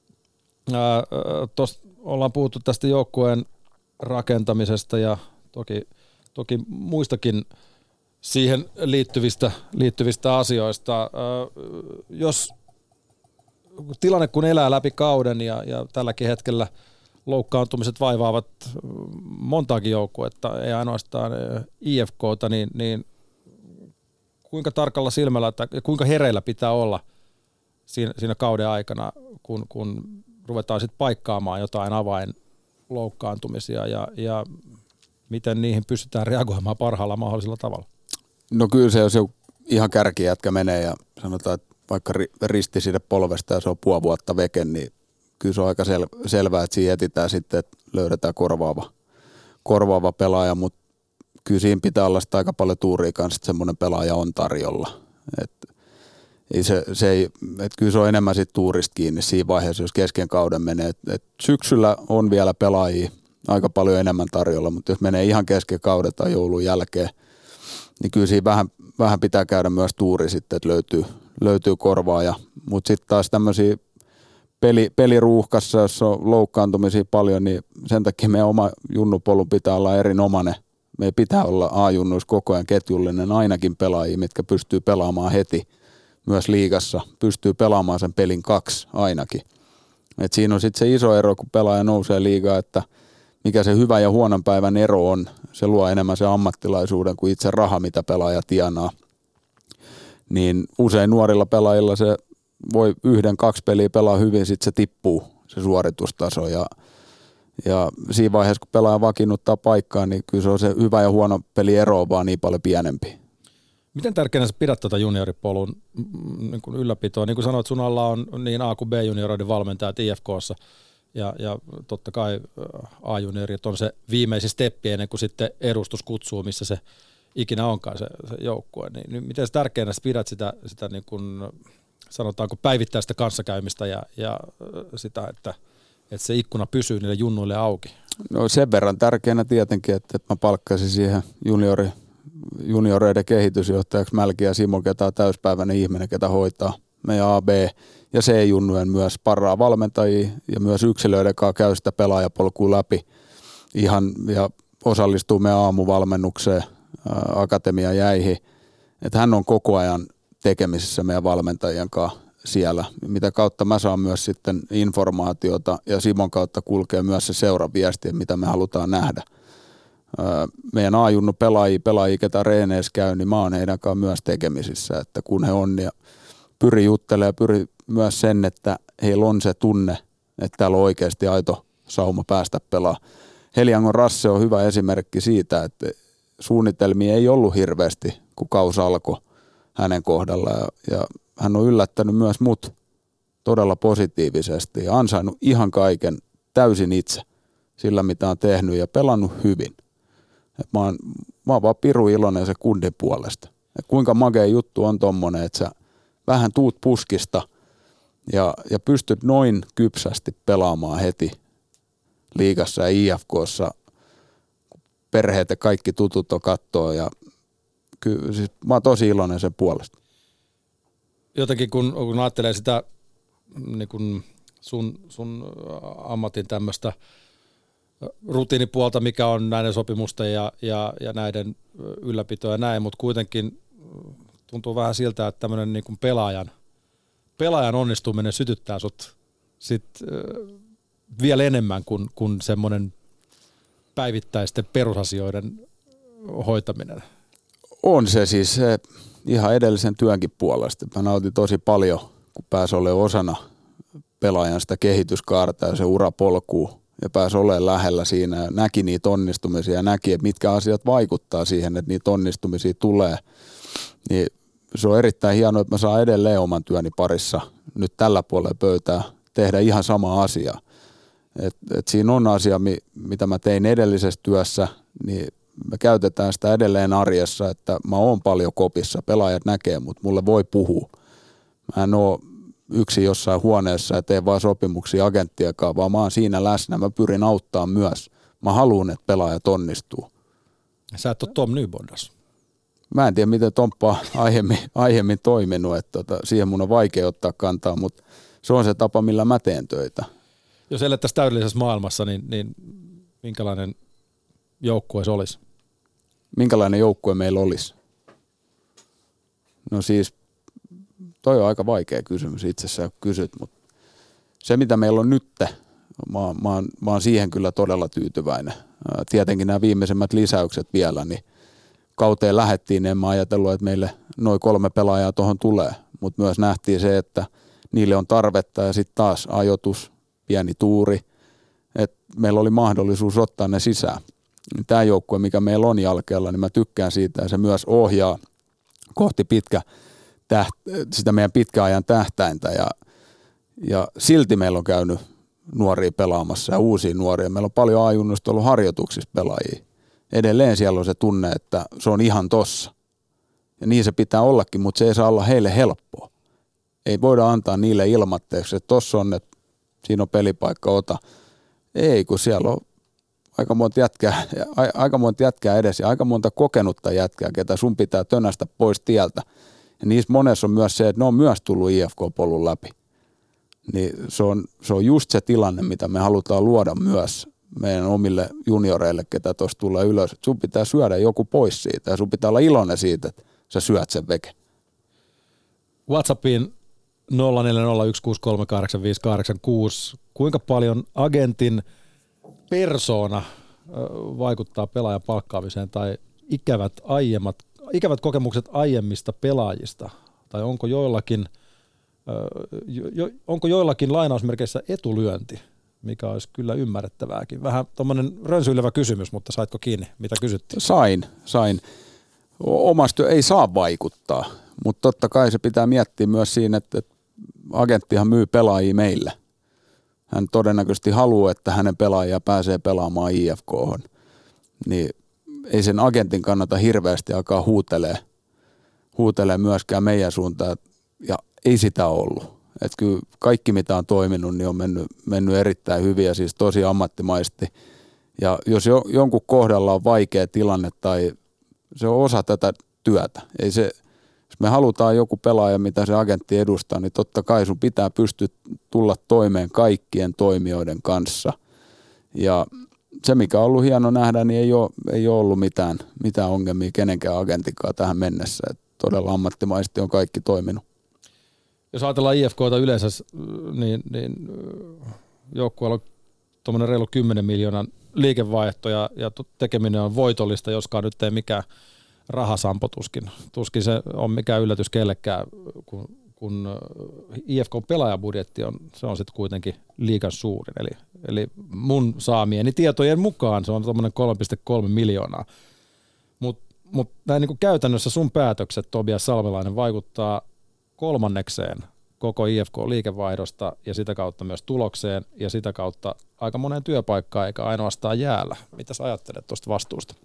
Ollaan puhuttu tästä joukkueen rakentamisesta ja toki muistakin siihen liittyvistä asioista. Jos tilanne kun elää läpi kauden ja tälläkin hetkellä loukkaantumiset vaivaavat montaakin joukkuetta, ei ainoastaan IFK:ta, niin kuinka tarkalla silmällä tai kuinka hereillä pitää olla siinä kauden aikana, kun ruvetaan sitten paikkaamaan jotain avainloukkaantumisia ja miten niihin pystytään reagoimaan parhaalla mahdollisella tavalla? No kyllä se, jos ihan kärkijätkä menee ja sanotaan, että vaikka risti siitä polvesta ja se on puoli vuotta veke, niin kyllä se on aika selvää, että siinä etsitään sitten, että löydetään korvaava pelaaja, mutta kyllä siinä pitää olla sitä aika paljon tuuria kanssa, että semmoinen pelaaja on tarjolla. Kyllä se on enemmän sit tuurista kiinni siinä vaiheessa, jos kesken kauden menee. Syksyllä on vielä pelaajia aika paljon enemmän tarjolla, mutta jos menee ihan kesken kauden tai joulun jälkeen, niin kyllä siinä vähän pitää käydä myös tuuri sitten, että löytyy korvaaja. Mutta sitten taas tämmöisiä peliruuhkassa, jos on loukkaantumisia paljon, niin sen takia meidän oma junnupolun pitää olla erinomainen. Meidän pitää olla A-junnuissa koko ajan ketjullinen ainakin pelaajia, mitkä pystyy pelaamaan heti myös liigassa, pystyy pelaamaan sen pelin 2 ainakin. Et siinä on sitten se iso ero, kun pelaaja nousee liigaan, että mikä se hyvän ja huonon päivän ero on. Se luo enemmän se ammattilaisuuden kuin itse raha, mitä pelaaja tienaa. Niin usein nuorilla pelaajilla se voi 1-2 peliä pelaa hyvin, sitten se tippuu se suoritustaso ja siinä vaiheessa, kun pelaaja vakiinnuttaa paikkaa, niin kyllä se on se hyvä ja huono peli ero on vaan niin paljon pienempi. Miten tärkeänä sä pidät tätä junioripolun niin ylläpitoa? Niin kuin sanoit, sun alla on niin A- kuin B-junioreiden valmentajat IFK:ssa ja totta kai A-juniorit on se viimeisin steppi ennen kuin sitten edustus kutsuu, missä se ikinä onkaan se joukkue. Niin miten tärkeänä sä pidät sitä niin kuin, sanotaanko päivittäistä kanssakäymistä ja sitä, että se ikkuna pysyy niille junnuille auki? No sen verran tärkeänä tietenkin, että mä palkkasin siihen junioreiden kehitysjohtajaksi Mälki ja Simo, ketä on täyspäiväinen ihminen, ketä hoitaa meidän A, B ja C-junnujen myös parraa valmentajia ja myös yksilöiden kanssa käy sitä pelaajapolkua läpi ihan ja osallistuu meidän aamuvalmennukseen, akatemian jäihin. Että hän on koko ajan tekemisissä meidän valmentajien kanssa siellä, mitä kautta mä saan myös sitten informaatiota ja Simon kautta kulkee myös se seuraviesti, mitä me halutaan nähdä. Meidän A-junnu pelaajia, ketä reeneissä käy, niin mä oon heidän kanssa myös tekemisissä, että kun he on ja pyri juttelemaan, pyri myös sen, että heillä on se tunne, että täällä on oikeasti aito sauma päästä pelaamaan. Heliangon Rasse on hyvä esimerkki siitä, että suunnitelmia ei ollut hirveästi, kun kausi alkoi. hänen kohdallaan. Ja hän on yllättänyt myös mut todella positiivisesti ja ansainnut ihan kaiken täysin itse sillä, mitä on tehnyt ja pelannut hyvin. Mä oon vaan pirun iloinen se kundin puolesta. Et kuinka makea juttu on tommonen, että sä vähän tuut puskista ja pystyt noin kypsästi pelaamaan heti liigassa ja IFK:ssa. Perheet ja kaikki tutut on kattoo ja kyllä siis mä oon tosi iloinen sen puolesta. Jotenkin kun ajattelee sitä niin kun sun ammatin tämmöistä rutiinipuolta, mikä on näiden sopimusten ja näiden ylläpitoa ja näin, mutta kuitenkin tuntuu vähän siltä, että tämmöinen niin kuin pelaajan onnistuminen sytyttää sut sit vielä enemmän kuin semmoinen päivittäisten perusasioiden hoitaminen. On se siis se ihan edellisen työnkin puolesta. Mä nautin tosi paljon, kun pääsi olemaan osana pelaajan sitä kehityskaarta ja se urapolkua ja pääsi olemaan lähellä siinä ja näki niitä onnistumisia ja näki, että mitkä asiat vaikuttaa siihen, että niitä onnistumisia tulee. Niin se on erittäin hienoa, että mä saan edelleen oman työni parissa nyt tällä puolella pöytää tehdä ihan sama asia. Et siinä on asia, mitä mä tein edellisessä työssä, niin me käytetään sitä edelleen arjessa, että mä oon paljon kopissa, pelaajat näkee, mutta mulle voi puhua. Mä en oo yksin jossain huoneessa ja teen vaan sopimuksia agenttiakaan, vaan mä oon siinä läsnä, mä pyrin auttamaan myös. Mä haluan, että pelaajat onnistuu. Sä et ole Tom Nybondas. Mä en tiedä, miten Tomppa on aiemmin toiminut, että siihen mun on vaikea ottaa kantaa, mutta se on se tapa, millä mä teen töitä. Jos elettäisiin täydellisessä maailmassa, niin minkälainen joukkue se olisi? Minkälainen joukkue meillä olisi? No siis, toi on aika vaikea kysymys itsessään, kun kysyt, mutta se mitä meillä on nyt, mä oon siihen kyllä todella tyytyväinen. Tietenkin nämä viimeisemmät lisäykset vielä, niin kauteen lähdettiin, en mä ajatellut, että meille noin 3 pelaajaa tuohon tulee, mutta myös nähtiin se, että niille on tarvetta ja sitten taas ajoitus, pieni tuuri, että meillä oli mahdollisuus ottaa ne sisään. Tämä joukkue, mikä meillä on jalkeella, niin mä tykkään siitä ja se myös ohjaa kohti sitä meidän pitkäajan tähtäintä ja silti meillä on käynyt nuoria pelaamassa ja uusia nuoria. Meillä on paljon A-junnusta ollut harjoituksissa pelaajia. Edelleen siellä on se tunne, että se on ihan tossa. Ja niin se pitää ollakin, mutta se ei saa olla heille helppoa. Ei voida antaa niille ilmatteeksi, että tossa on, että siinä on pelipaikka, ota. Ei, kun siellä on aika monta jätkää edes ja aika monta kokenutta jätkää, ketä sun pitää tönästä pois tieltä. Ja niissä monessa on myös se, että ne on myös tullut IFK-polun läpi. Niin se on just se tilanne, mitä me halutaan luoda myös meidän omille junioreille, ketä tuossa tulee ylös. Sun pitää syödä joku pois siitä ja sun pitää olla iloinen siitä, että sä syöt sen veke. WhatsAppiin 0401638586. Kuinka paljon agentin persoona vaikuttaa pelaajan palkkaamiseen tai ikävät kokemukset aiemmista pelaajista? Tai onko joillakin lainausmerkeissä etulyönti, mikä olisi kyllä ymmärrettävääkin? Vähän tommoinen rönsyilevä kysymys, mutta saitko kiinni, mitä kysyttiin? Sain. Omasta ei saa vaikuttaa, mutta totta kai se pitää miettiä myös siinä, että agenttihan myy pelaajia meille. Hän todennäköisesti haluaa, että hänen pelaajia pääsee pelaamaan IFK:hon. Niin ei sen agentin kannata hirveästi alkaa huutelee myöskään meidän suuntaan. Ja ei sitä ollut. Että kyllä kaikki mitä on toiminut, niin on mennyt erittäin hyvin ja siis tosi ammattimaisesti. Ja jos jonkun kohdalla on vaikea tilanne tai se on osa tätä työtä. Jos me halutaan joku pelaaja, mitä se agentti edustaa, niin totta kai sun pitää pystyä tulla toimeen kaikkien toimijoiden kanssa. Ja se, mikä on ollut hieno nähdä, niin ei ole ollut mitään ongelmia kenenkään agentinkaan tähän mennessä. Et todella ammattimaisesti on kaikki toiminut. Jos ajatellaan IFK:ta yleensä, niin joukkueella on tuommoinen reilu 10 miljoonan liikevaihto ja tekeminen on voitollista, joskaan nyt ei mikään rahasampo tuskin se on mikään yllätys kellekään, kun IFK:n pelaajabudjetti on sitten kuitenkin liigan suurin. Eli mun saamieni tietojen mukaan se on tuommoinen 3,3 miljoonaa. Mutta näin niin kuin käytännössä sun päätökset, Tobias Salmelainen, vaikuttaa 3 koko IFK-liikevaihdosta ja sitä kautta myös tulokseen ja sitä kautta aika moneen työpaikkaan eikä ainoastaan jäällä. Mitä sä ajattelet tuosta vastuusta?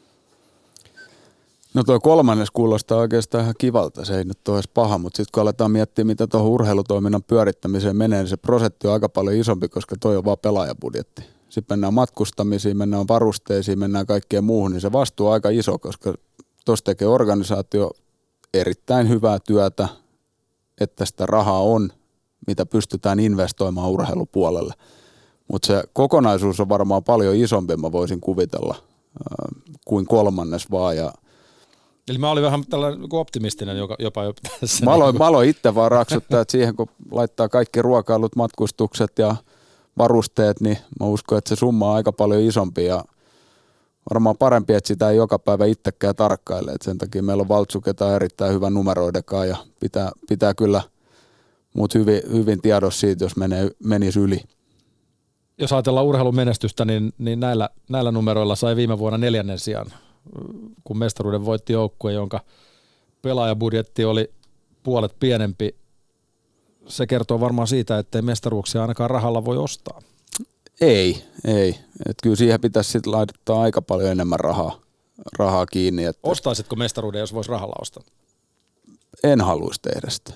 No tuo 3 kuulostaa oikeastaan ihan kivalta, se ei nyt ole edes paha, mutta sitten kun aletaan miettiä, mitä tuohon urheilutoiminnan pyörittämiseen menee, niin se prosentti on aika paljon isompi, koska toi on vaan pelaajabudjetti. Sitten mennään matkustamisiin, mennään varusteisiin, mennään kaikkeen muuhun, niin se vastuu on aika iso, koska tuossa tekee organisaatio erittäin hyvää työtä, että sitä rahaa on, mitä pystytään investoimaan urheilupuolelle. Mutta se kokonaisuus on varmaan paljon isompi, mä voisin kuvitella, kuin 3 vaan. Eli mä olin vähän tällainen optimistinen jopa jo tässä. Mä aloin itse vaan raksuttaa, että siihen kun laittaa kaikki ruokailut, matkustukset ja varusteet, niin mä uskon, että se summa on aika paljon isompi ja varmaan parempi, että sitä ei joka päivä itsekään tarkkaile. Et sen takia meillä on Valtsu, ketä on erittäin hyvä numeroidekaan ja pitää kyllä mut hyvin tiedossa siitä, jos menisi yli. Jos ajatellaan urheilun menestystä, niin näillä numeroilla sai viime vuonna 4. sijan, kun mestaruuden voitti joukkue, jonka pelaajabudjetti oli puolet pienempi. Se kertoo varmaan siitä, ettei mestaruuksia ainakaan rahalla voi ostaa. Ei. Et kyllä siihen pitäisi sitten laittaa aika paljon enemmän rahaa kiinni. Ostaisitko mestaruuden, jos voisi rahalla ostaa? En haluaisi tehdä sitä.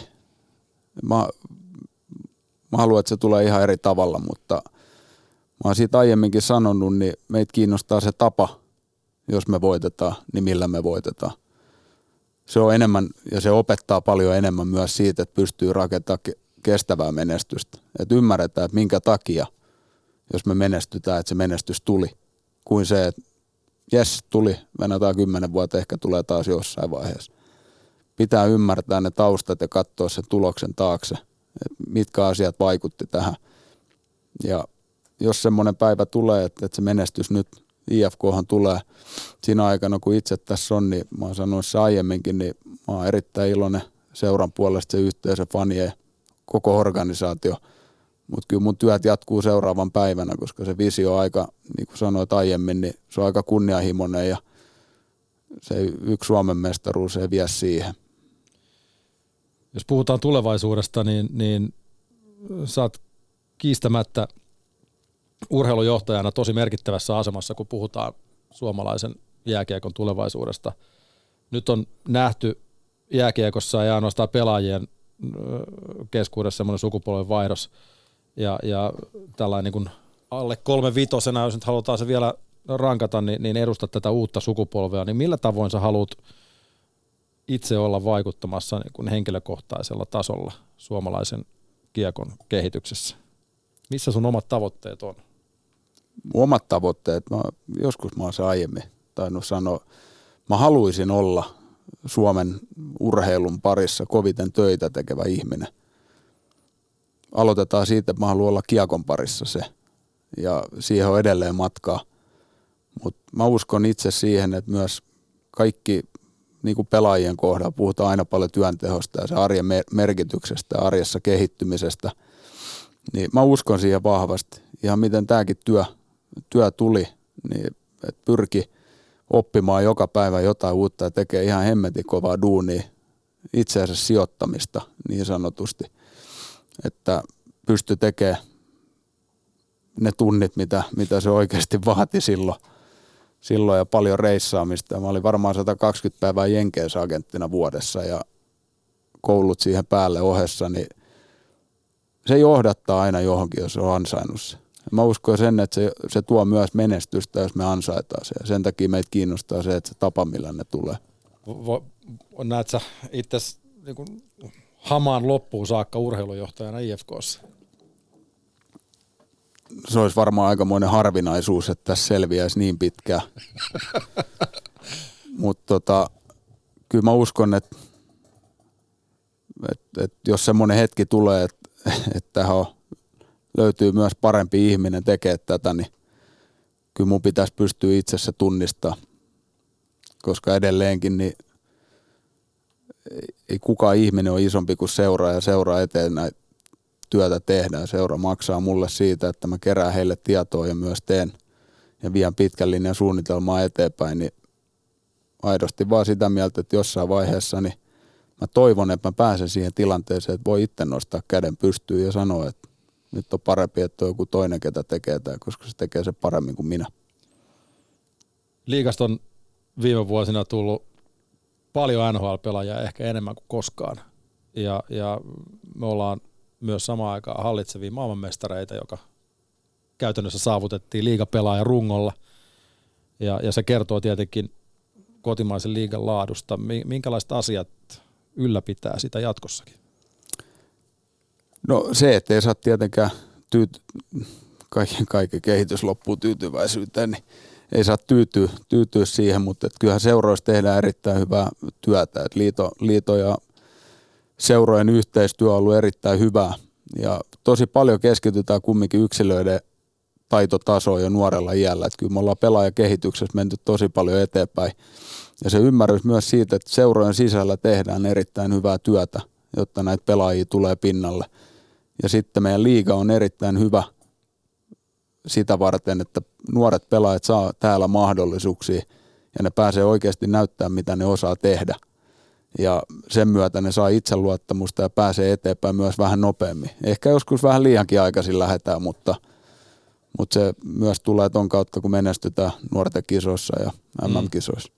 Mä haluan, että se tulee ihan eri tavalla, mutta mä oon siitä aiemminkin sanonut, niin meitä kiinnostaa se tapa, jos me voitetaan, niin millä me voitetaan. Se on enemmän ja se opettaa paljon enemmän myös siitä, että pystyy rakentamaan kestävää menestystä. Että ymmärretään, että minkä takia, jos me menestytään, että se menestys tuli, kuin se, että jes, tuli, venätään 10 vuotta, ehkä tulee taas jossain vaiheessa. Pitää ymmärtää ne taustat ja katsoa sen tuloksen taakse, että mitkä asiat vaikutti tähän. Ja jos semmoinen päivä tulee, että se menestys nyt IFKhan tulee siinä aikana, kun itse tässä on, niin mä oon sanonut se aiemminkin, niin mä oon erittäin iloinen seuran puolesta, se yhteisö, fanien, koko organisaatio. Mutta kyllä mun työt jatkuu seuraavan päivänä, koska se visio on aika, niin kuin sanoit aiemmin, niin se on aika kunnianhimoinen ja se yksi Suomen mestaruus ei vie siihen. Jos puhutaan tulevaisuudesta, niin sä oot kiistämättä urheilujohtajana tosi merkittävässä asemassa, kun puhutaan suomalaisen jääkiekon tulevaisuudesta. Nyt on nähty jääkiekossa ja ainoastaan pelaajien keskuudessa semmoinen sukupolven vaihdos ja tällainen niin kuin alle 3-5, jos nyt halutaan se vielä rankata, niin edustaa tätä uutta sukupolvea, niin millä tavoin sä haluat itse olla vaikuttamassa niin kuin henkilökohtaisella tasolla suomalaisen kiekon kehityksessä? Missä sun omat tavoitteet on? Omat tavoitteet, joskus mä oon se aiemmin tainnut sanoa, mä haluaisin olla Suomen urheilun parissa koviten töitä tekevä ihminen. Aloitetaan siitä, että mä haluan olla kiekon parissa se ja siihen on edelleen matkaa. Mutta mä uskon itse siihen, että myös kaikki niin kuin pelaajien kohdalla puhutaan aina paljon työntehosta ja se arjen merkityksestä ja arjessa kehittymisestä. Niin mä uskon siihen vahvasti. Ihan miten tämäkin työ tuli, niin että pyrki oppimaan joka päivä jotain uutta ja tekee ihan hemmetin kovaa duunia, itse asiassa sijoittamista niin sanotusti, että pystyi tekemään ne tunnit, mitä se oikeasti vaati silloin ja paljon reissaamista. Mä olin varmaan 120 päivää Jenkeissä agenttina vuodessa ja koulut siihen päälle ohessa, niin se johdattaa aina johonkin, jos on ansainnut se. Mä uskon sen, että se tuo myös menestystä, jos me ansaitaan se. Ja sen takia meitä kiinnostaa se, että se tapa, millä ne tulee. Näet sä itse niin hamaan loppuun saakka urheilujohtajana IFK:ssa? Se olisi varmaan aikamoinen harvinaisuus, että tässä selviäisi niin pitkään. Mutta kyllä mä uskon, että jos semmoinen hetki tulee, että löytyy myös parempi ihminen tekemään tätä, niin kyllä mun pitäisi pystyä itse se tunnistaa. Koska edelleenkin niin ei kukaan ihminen ole isompi kuin seura ja seura eteen näitä työtä tehdään. Seura maksaa mulle siitä, että mä kerään heille tietoa ja myös teen ja vien pitkän linjan suunnitelmaa eteenpäin, niin aidosti vaan sitä mieltä, että jossain vaiheessa niin mä toivon, että mä pääsen siihen tilanteeseen, että voi itse nostaa käden pystyyn ja sanoa, että nyt on parempi, että on joku toinen, ketä tekee tämä, koska se tekee se paremmin kuin minä. Liigasta on viime vuosina tullut paljon NHL-pelaajia, ehkä enemmän kuin koskaan. Ja me ollaan myös samaan aikaan hallitsevia maailmanmestareita, joka käytännössä saavutettiin liigapelaajan rungolla. Ja se kertoo tietenkin kotimaisen liigan laadusta. Minkälaiset asiat ylläpitää sitä jatkossakin? No se, että ei saa tietenkään kaikki kehitys loppuu tyytyväisyyteen, niin ei saa tyytyä siihen, mutta kyllähän seuroissa tehdään erittäin hyvää työtä. Et liito ja seurojen yhteistyö on ollut erittäin hyvää ja tosi paljon keskitytään kumminkin yksilöiden taitotasoon jo nuorella iällä. Et kyllä me ollaan pelaajakehityksessä menty tosi paljon eteenpäin ja se ymmärrys myös siitä, että seurojen sisällä tehdään erittäin hyvää työtä, jotta näitä pelaajia tulee pinnalle. Ja sitten meidän liiga on erittäin hyvä sitä varten, että nuoret pelaajat saa täällä mahdollisuuksia ja ne pääsee oikeasti näyttämään, mitä ne osaa tehdä. Ja sen myötä ne saa itseluottamusta ja pääsee eteenpäin myös vähän nopeammin. Ehkä joskus vähän liiankin aikaisin lähdetään, mutta se myös tulee ton kautta, kun menestytään nuorten kisoissa ja MM-kisoissa.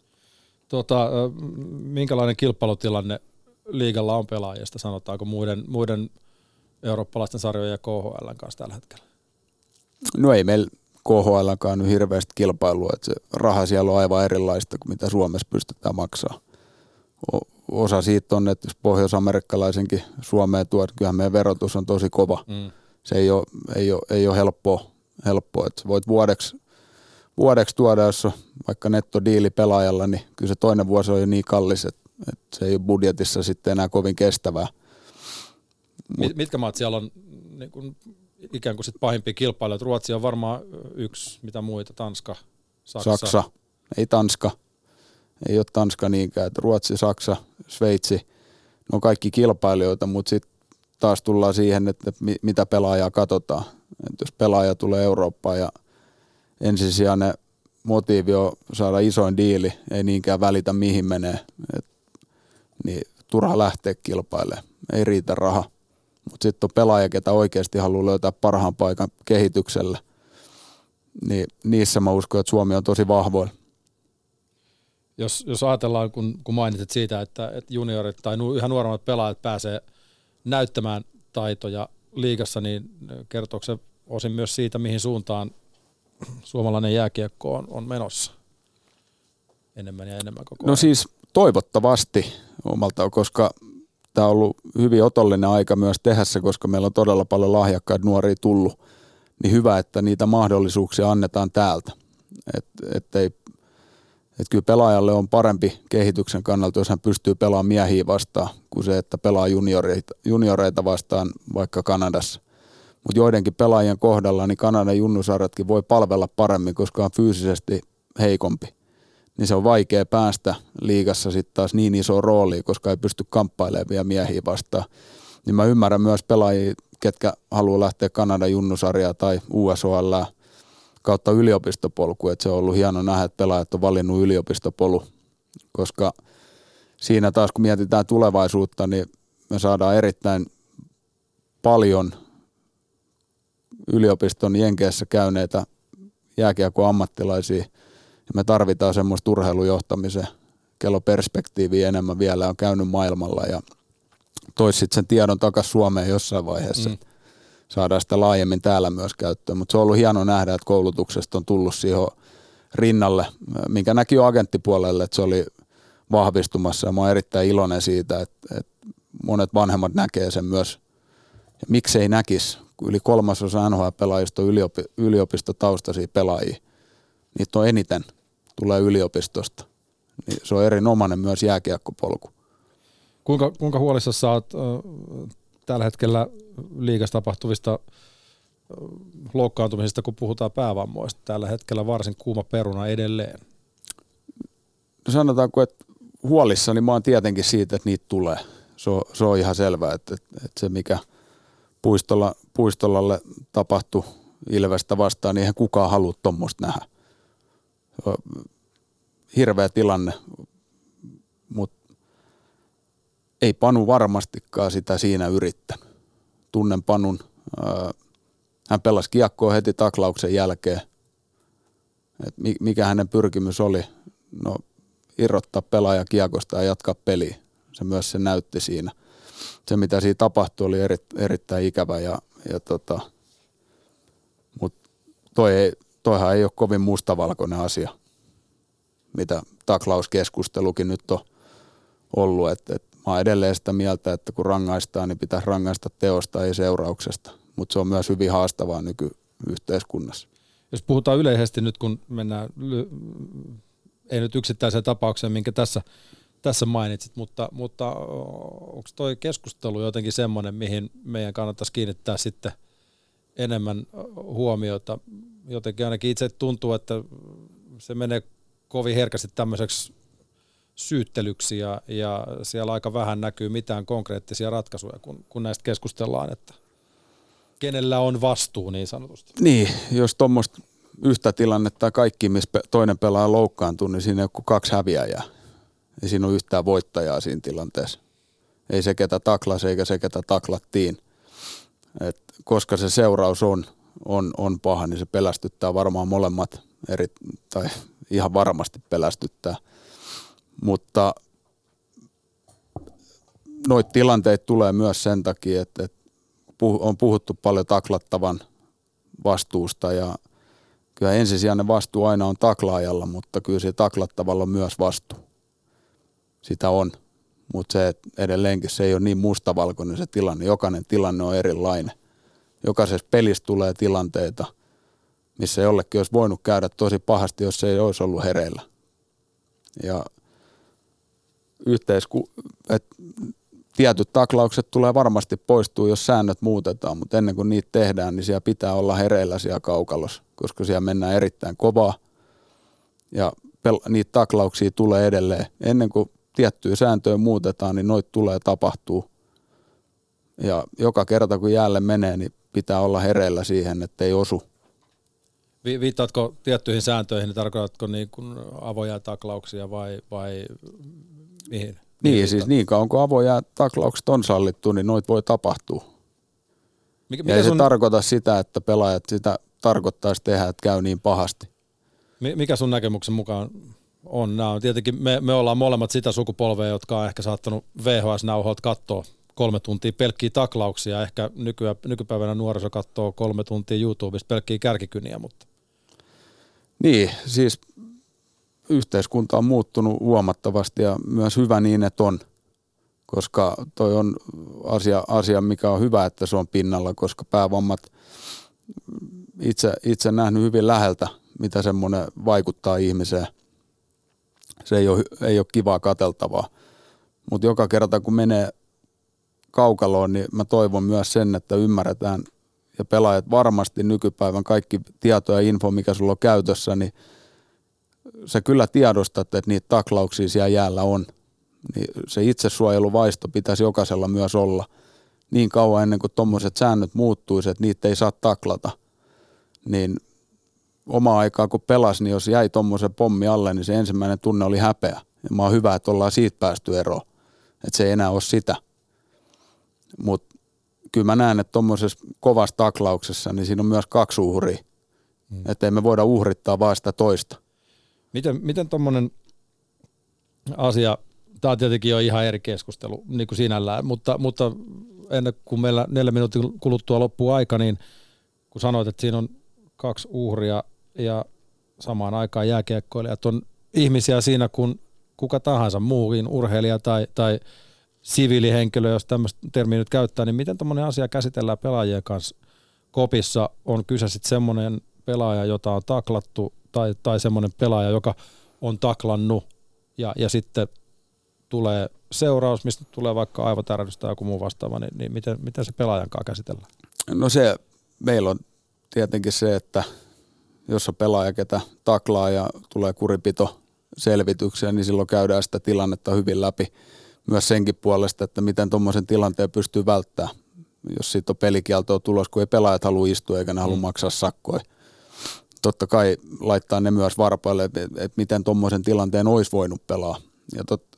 Minkälainen kilpailutilanne liigalla on pelaajista, sanotaanko muiden eurooppalaisten sarjojen ja KHL:n kanssa tällä hetkellä? No ei meillä KHL:nkaan nyt hirveästi kilpailua, että se raha siellä on aivan erilaista kuin mitä Suomessa pystytään maksamaan. Osa siitä on, että jos pohjois-amerikkalaisenkin Suomeen tuo, että kyllähän meidän verotus on tosi kova. Se ei ole helppoa, että voit vuodeksi tuoda, jos on vaikka nettodiili pelaajalla, niin kyllä se toinen vuosi on jo niin kallis, että se ei ole budjetissa sitten enää kovin kestävää. Mitkä maat siellä on niin kuin, ikään kuin sit pahimpia kilpailijoita? Ruotsi on varmaan yksi, mitä muita, Tanska, Saksa, ei Tanska. Ei ole Tanska niinkään, että Ruotsi, Saksa, Sveitsi, ne on kaikki kilpailijoita, mutta sitten taas tullaan siihen, että mitä pelaajaa katsotaan. Että jos pelaaja tulee Eurooppaan ja ensisijainen motiivi on saada isoin diili, ei niinkään välitä mihin menee, niin turha lähteä kilpailemaan, ei riitä raha. Mutta sitten on pelaaja, ketä oikeasti haluaa löytää parhaan paikan kehitykselle, niin niissä mä uskon, että Suomi on tosi vahvoilla. Jos ajatellaan, kun mainitsit siitä, että juniorit tai yhä nuoremmat pelaajat pääsee näyttämään taitoja liigassa, niin kertooko se osin myös siitä, mihin suuntaan suomalainen jääkiekko on menossa enemmän ja enemmän koko ajan? No siis toivottavasti omalta, koska tämä on ollut hyvin otollinen aika myös tehdä se, koska meillä on todella paljon lahjakkaita nuoria tullut, niin hyvä, että niitä mahdollisuuksia annetaan täältä. Että kyllä pelaajalle on parempi kehityksen kannalta, jos hän pystyy pelaamaan miehiä vastaan, kuin se, että pelaa junioreita vastaan vaikka Kanadassa. Mutta joidenkin pelaajien kohdalla niin Kanadan junnusarjatkin voi palvella paremmin, koska on fyysisesti heikompi. Niin se on vaikea päästä liigassa sitten taas niin iso rooliin, koska ei pysty kamppailemaan vielä miehiä vastaan. Niin mä ymmärrän myös pelaajia, ketkä haluaa lähteä Kanadan junnusarjaa tai USHL kautta yliopistopolku, että se on ollut hieno nähdä, että pelaajat on valinnut yliopistopolu, koska siinä taas kun mietitään tulevaisuutta, niin me saadaan erittäin paljon yliopiston Jenkeissä käyneitä jääkiekon ammattilaisia, ja me tarvitaan semmoista urheilujohtamisen kelloperspektiiviä enemmän vielä, on käynyt maailmalla ja toisi sitten sen tiedon takaisin Suomeen jossain vaiheessa. Saadaan sitä laajemmin täällä myös käyttöön, mutta se on ollut hieno nähdä, että koulutuksesta on tullut siihen rinnalle, minkä näki jo agenttipuolelle, että se oli vahvistumassa ja mä oon erittäin iloinen siitä, että monet vanhemmat näkee sen myös. Ja miksei näkisi, kun yli 3/3 NHL-pelaajista on yliopistotaustaisia pelaajia, niitä on eniten, tulee yliopistosta. Niin se on erinomainen myös jääkiekkopolku. Kuinka huolissasi sä oot tällä hetkellä liigassa tapahtuvista loukkaantumisista, kun puhutaan päävammoista? Tällä hetkellä varsin kuuma peruna edelleen. No sanotaanko, että huolissani mä oon tietenkin siitä, että niitä tulee. Se on ihan selvää, että se mikä Puistolalle tapahtui Ilvestä vastaan, niin eihän kukaan halua tuommoista nähdä. Hirveä tilanne. mutta ei Panu varmastikaan sitä siinä yrittänyt. Tunnen Panun. Hän pelasi kiekkoa heti taklauksen jälkeen. Et mikä hänen pyrkimys oli? No, irrottaa pelaaja kiekosta ja jatkaa peliä. Se myös se näytti siinä. Se mitä siinä tapahtui oli erittäin ikävä mutta toihan ei ole kovin mustavalkoinen asia, mitä taklauskeskustelukin nyt on ollut. Et mä oon edelleen sitä mieltä, että kun rangaistaan, niin pitäisi rangaista teosta, ei seurauksesta. Mutta se on myös hyvin haastavaa nykyyhteiskunnassa. Jos puhutaan yleisesti nyt, kun mennään, ei nyt yksittäiseen tapaukseen, minkä tässä mainitsit, mutta onko toi keskustelu jotenkin semmoinen, mihin meidän kannattaisi kiinnittää sitten enemmän huomiota? Jotenkin ainakin itse tuntuu, että se menee kovin herkästi tämmöiseksi syyttelyksi ja siellä aika vähän näkyy mitään konkreettisia ratkaisuja, kun näistä keskustellaan, että kenellä on vastuu niin sanotusti. Niin, jos tuommoista yhtä tilannetta kaikki, missä toinen pelaaja loukkaantuu, niin siinä ei ole kuin 2 häviäjää. Ei siinä ole yhtään voittajaa siinä tilanteessa. Ei se, ketä taklasi, eikä se, ketä taklattiin. Koska se seuraus on paha, niin se pelästyttää varmaan molemmat, tai ihan varmasti pelästyttää. Mutta noita tilanteita tulee myös sen takia, että on puhuttu paljon taklattavan vastuusta ja kyllä ensisijainen vastuu aina on taklaajalla, mutta kyllä se taklattavalla on myös vastuu. Sitä on, mutta se, että edelleenkin se ei ole niin mustavalkoinen se tilanne. Jokainen tilanne on erilainen. Jokaisessa pelissä tulee tilanteita, missä jollekin olisi voinut käydä tosi pahasti, jos se ei olisi ollut hereillä. Ja tietyt taklaukset tulee varmasti poistua, jos säännöt muutetaan, mutta ennen kuin niitä tehdään, niin siellä pitää olla hereillä siellä kaukalossa, koska siellä mennään erittäin kovaa ja niitä taklauksia tulee edelleen. Ennen kuin tiettyjä sääntöjä muutetaan, niin noita tulee tapahtuu. Ja joka kerta, kun jäälle menee, niin pitää olla hereillä siihen, että ei osu. Viittaatko tiettyihin sääntöihin, niin tarkoitatko niin kuin avoja taklauksia vai mihin? Niin, siis niin kauan kuin avoja taklaukset on sallittu, niin noita voi tapahtua. Ei se tarkoita sitä, että pelaajat sitä tarkoittaisi tehdä, että käy niin pahasti. Mikä sun näkemyksen mukaan on? Nämä on tietenkin, me ollaan molemmat sitä sukupolvea, jotka on ehkä saattanut VHS-nauhoilta katsoa 3 tuntia pelkkiä taklauksia. Ehkä nykypäivänä nuoriso katsoo 3 tuntia YouTubesta pelkkiä kärkikyniä. Mutta. Niin, siis yhteiskunta on muuttunut huomattavasti ja myös hyvä niin, että on. Koska toi on asia, mikä on hyvä, että se on pinnalla, koska päävammat itse nähnyt hyvin läheltä, mitä semmoinen vaikuttaa ihmiseen. Se ei ole kivaa katseltavaa. Mutta joka kerta, kun menee kaukaloon, niin mä toivon myös sen, että ymmärretään ja pelaajat varmasti nykypäivän kaikki tieto ja info, mikä sulla on käytössä, niin sä kyllä tiedostat, että niitä taklauksia siellä jäällä on. Niin se itsesuojeluvaisto pitäisi jokaisella myös olla niin kauan ennen kuin tommoset säännöt muuttuisi, että niitä ei saa taklata. Niin omaa aikaa kun pelasi, niin jos jäi tommosen pommi alle, niin se ensimmäinen tunne oli häpeä. Ja mä oon hyvä, että ollaan siitä päästy eroon. Että se ei enää ole sitä. Mutta kyllä mä näen, että tommosessa kovassa taklauksessa, niin siinä on myös 2 uhria. Että ei me voida uhrittaa vaan sitä toista. Miten tommonen asia, tämä on tietenkin jo ihan eri keskustelu niin kuin sinällään, mutta ennen kuin meillä 4 minuutin kuluttua loppuu aika, niin kun sanoit, että siinä on 2 uhria ja samaan aikaan jääkiekkoilijat on ihmisiä siinä kuin kuka tahansa muukin urheilija tai siviilihenkilö, jos tämmöistä termiä nyt käyttää, niin miten tämmöinen asia käsitellään pelaajien kanssa kopissa? On kyse sitten semmoinen pelaaja, jota on taklattu tai semmoinen pelaaja, joka on taklannut ja sitten tulee seuraus, mistä tulee vaikka aivotärähdys tai joku muu vastaava, niin miten se pelaajan kanssa käsitellään? No se, meillä on tietenkin se, että jos on pelaaja, ketä taklaa ja tulee kuripito selvityksiä, niin silloin käydään sitä tilannetta hyvin läpi. Myös senkin puolesta, että miten tuommoisen tilanteen pystyy välttämään, jos siitä on pelikieltoa tulos, kun ei pelaajat halua istua eikä ne halua maksaa sakkoja. Totta kai laittaa ne myös varpaille, että miten tuommoisen tilanteen olisi voinut pelaa. Ja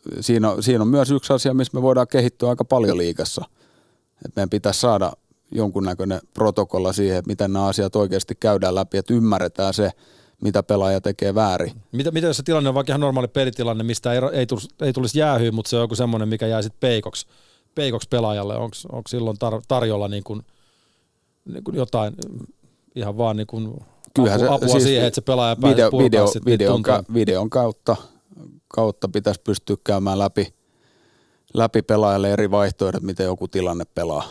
siinä on myös yksi asia, missä me voidaan kehittyä aika paljon liigassa. Et meidän pitäisi saada jonkunnäköinen protokolla siihen, että miten nämä asiat oikeasti käydään läpi, että ymmärretään se, mitä pelaaja tekee väärin. Mitä jos se tilanne on vaikka ihan normaali pelitilanne, mistä ei tulisi jäähyä, mutta se on joku semmoinen, mikä jää sitten peikoksi pelaajalle? Onko silloin tarjolla niin kuin jotain ihan vaan niin kuin apua siis siihen, että se pelaaja pääsee purkaa sitten videon kautta pitäisi pystyä käymään läpi pelaajalle eri vaihtoehdot, miten joku tilanne pelaa.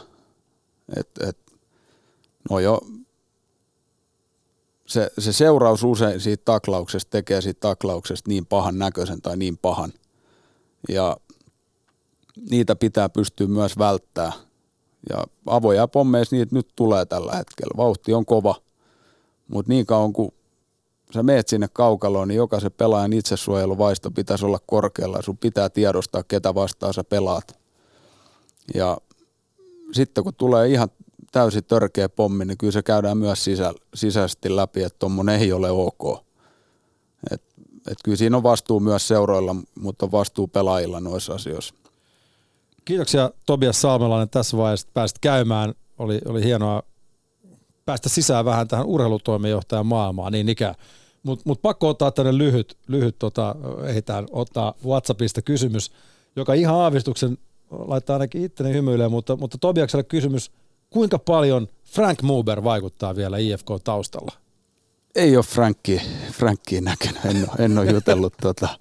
Se seuraus usein siitä taklauksesta tekee siitä taklauksesta niin pahan näköisen tai niin pahan. Ja niitä pitää pystyä myös välttämään. Ja avoja pommeissa niitä nyt tulee tällä hetkellä. Vauhti on kova, mutta niin kauan kun sä meet sinne kaukaloon, niin jokaisen pelaajan itsesuojeluvaisto pitäisi olla korkealla. Sun pitää tiedostaa, ketä vastaan sä pelaat. Ja sitten kun tulee ihan täysin törkeä pommi, niin kyllä se käydään myös sisäisesti läpi, että tommonen ei ole ok. Et kyllä siinä on vastuu myös seuroilla, mutta on vastuu pelaajilla noissa asioissa. Kiitoksia Tobias Salmelainen tässä vaiheessa, pääsit käymään. Oli hienoa päästä sisään vähän tähän urheilutoimenjohtajan maailmaan, niin ikään. Mut pakko ottaa tänne lyhyt ehditään ottaa WhatsAppista kysymys, joka ihan aavistuksen laittaa ainakin itteni hymyilemään, mutta Tobiakselle kysymys, kuinka paljon Frank Muber vaikuttaa vielä IFK-taustalla? Ei ole Frankia näkynyt, en ole jutellut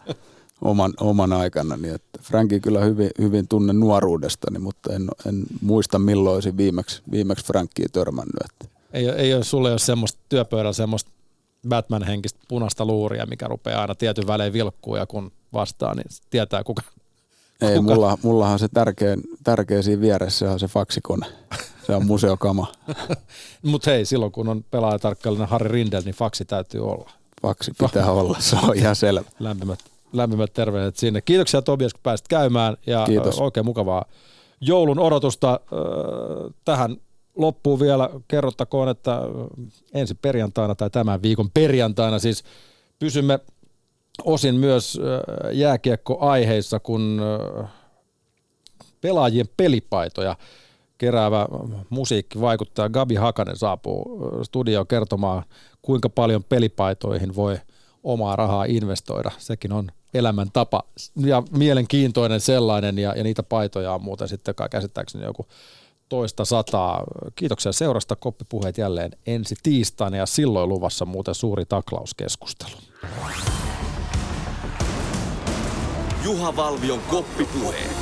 oman aikanani. Että Franki kyllä hyvin tunnen nuoruudestani, mutta en muista milloin olisin viimeksi Frankia törmännyt. Että. Ei ole sulle ole semmoista työpöydällä semmoista Batman-henkistä punaista luuria, mikä rupeaa aina tietyn välein vilkkuu ja kun vastaa, niin tietää kuka. Ei, mullahan se tärkeä siinä vieressä on se faksikone. Se on museokama. Mutta hei, silloin kun on pelaajatarkkailija Harri Rindel, niin faksi täytyy olla. Faksi pitää olla, se on ihan selvä. Lämpimät terveiset sinne. Kiitoksia Tobias, kun pääsit käymään ja kiitos. Oikein mukavaa joulun odotusta. Tähän loppuun vielä kerrottakoon, että ensi perjantaina tai tämän viikon perjantaina siis pysymme osin myös jääkiekkoaiheissa, kun pelaajien pelipaitoja keräävä musiikkivaikuttaja Gabi Hakanen saapuu studioon kertomaan, kuinka paljon pelipaitoihin voi omaa rahaa investoida. Sekin on elämäntapa ja mielenkiintoinen sellainen ja niitä paitoja on muuten sitten käsittääkseni joku 200. Kiitoksia seurasta. Koppipuheet jälleen ensi tiistaina ja silloin luvassa muuten suuri taklauskeskustelu. Juha Valvion Koppipuheet.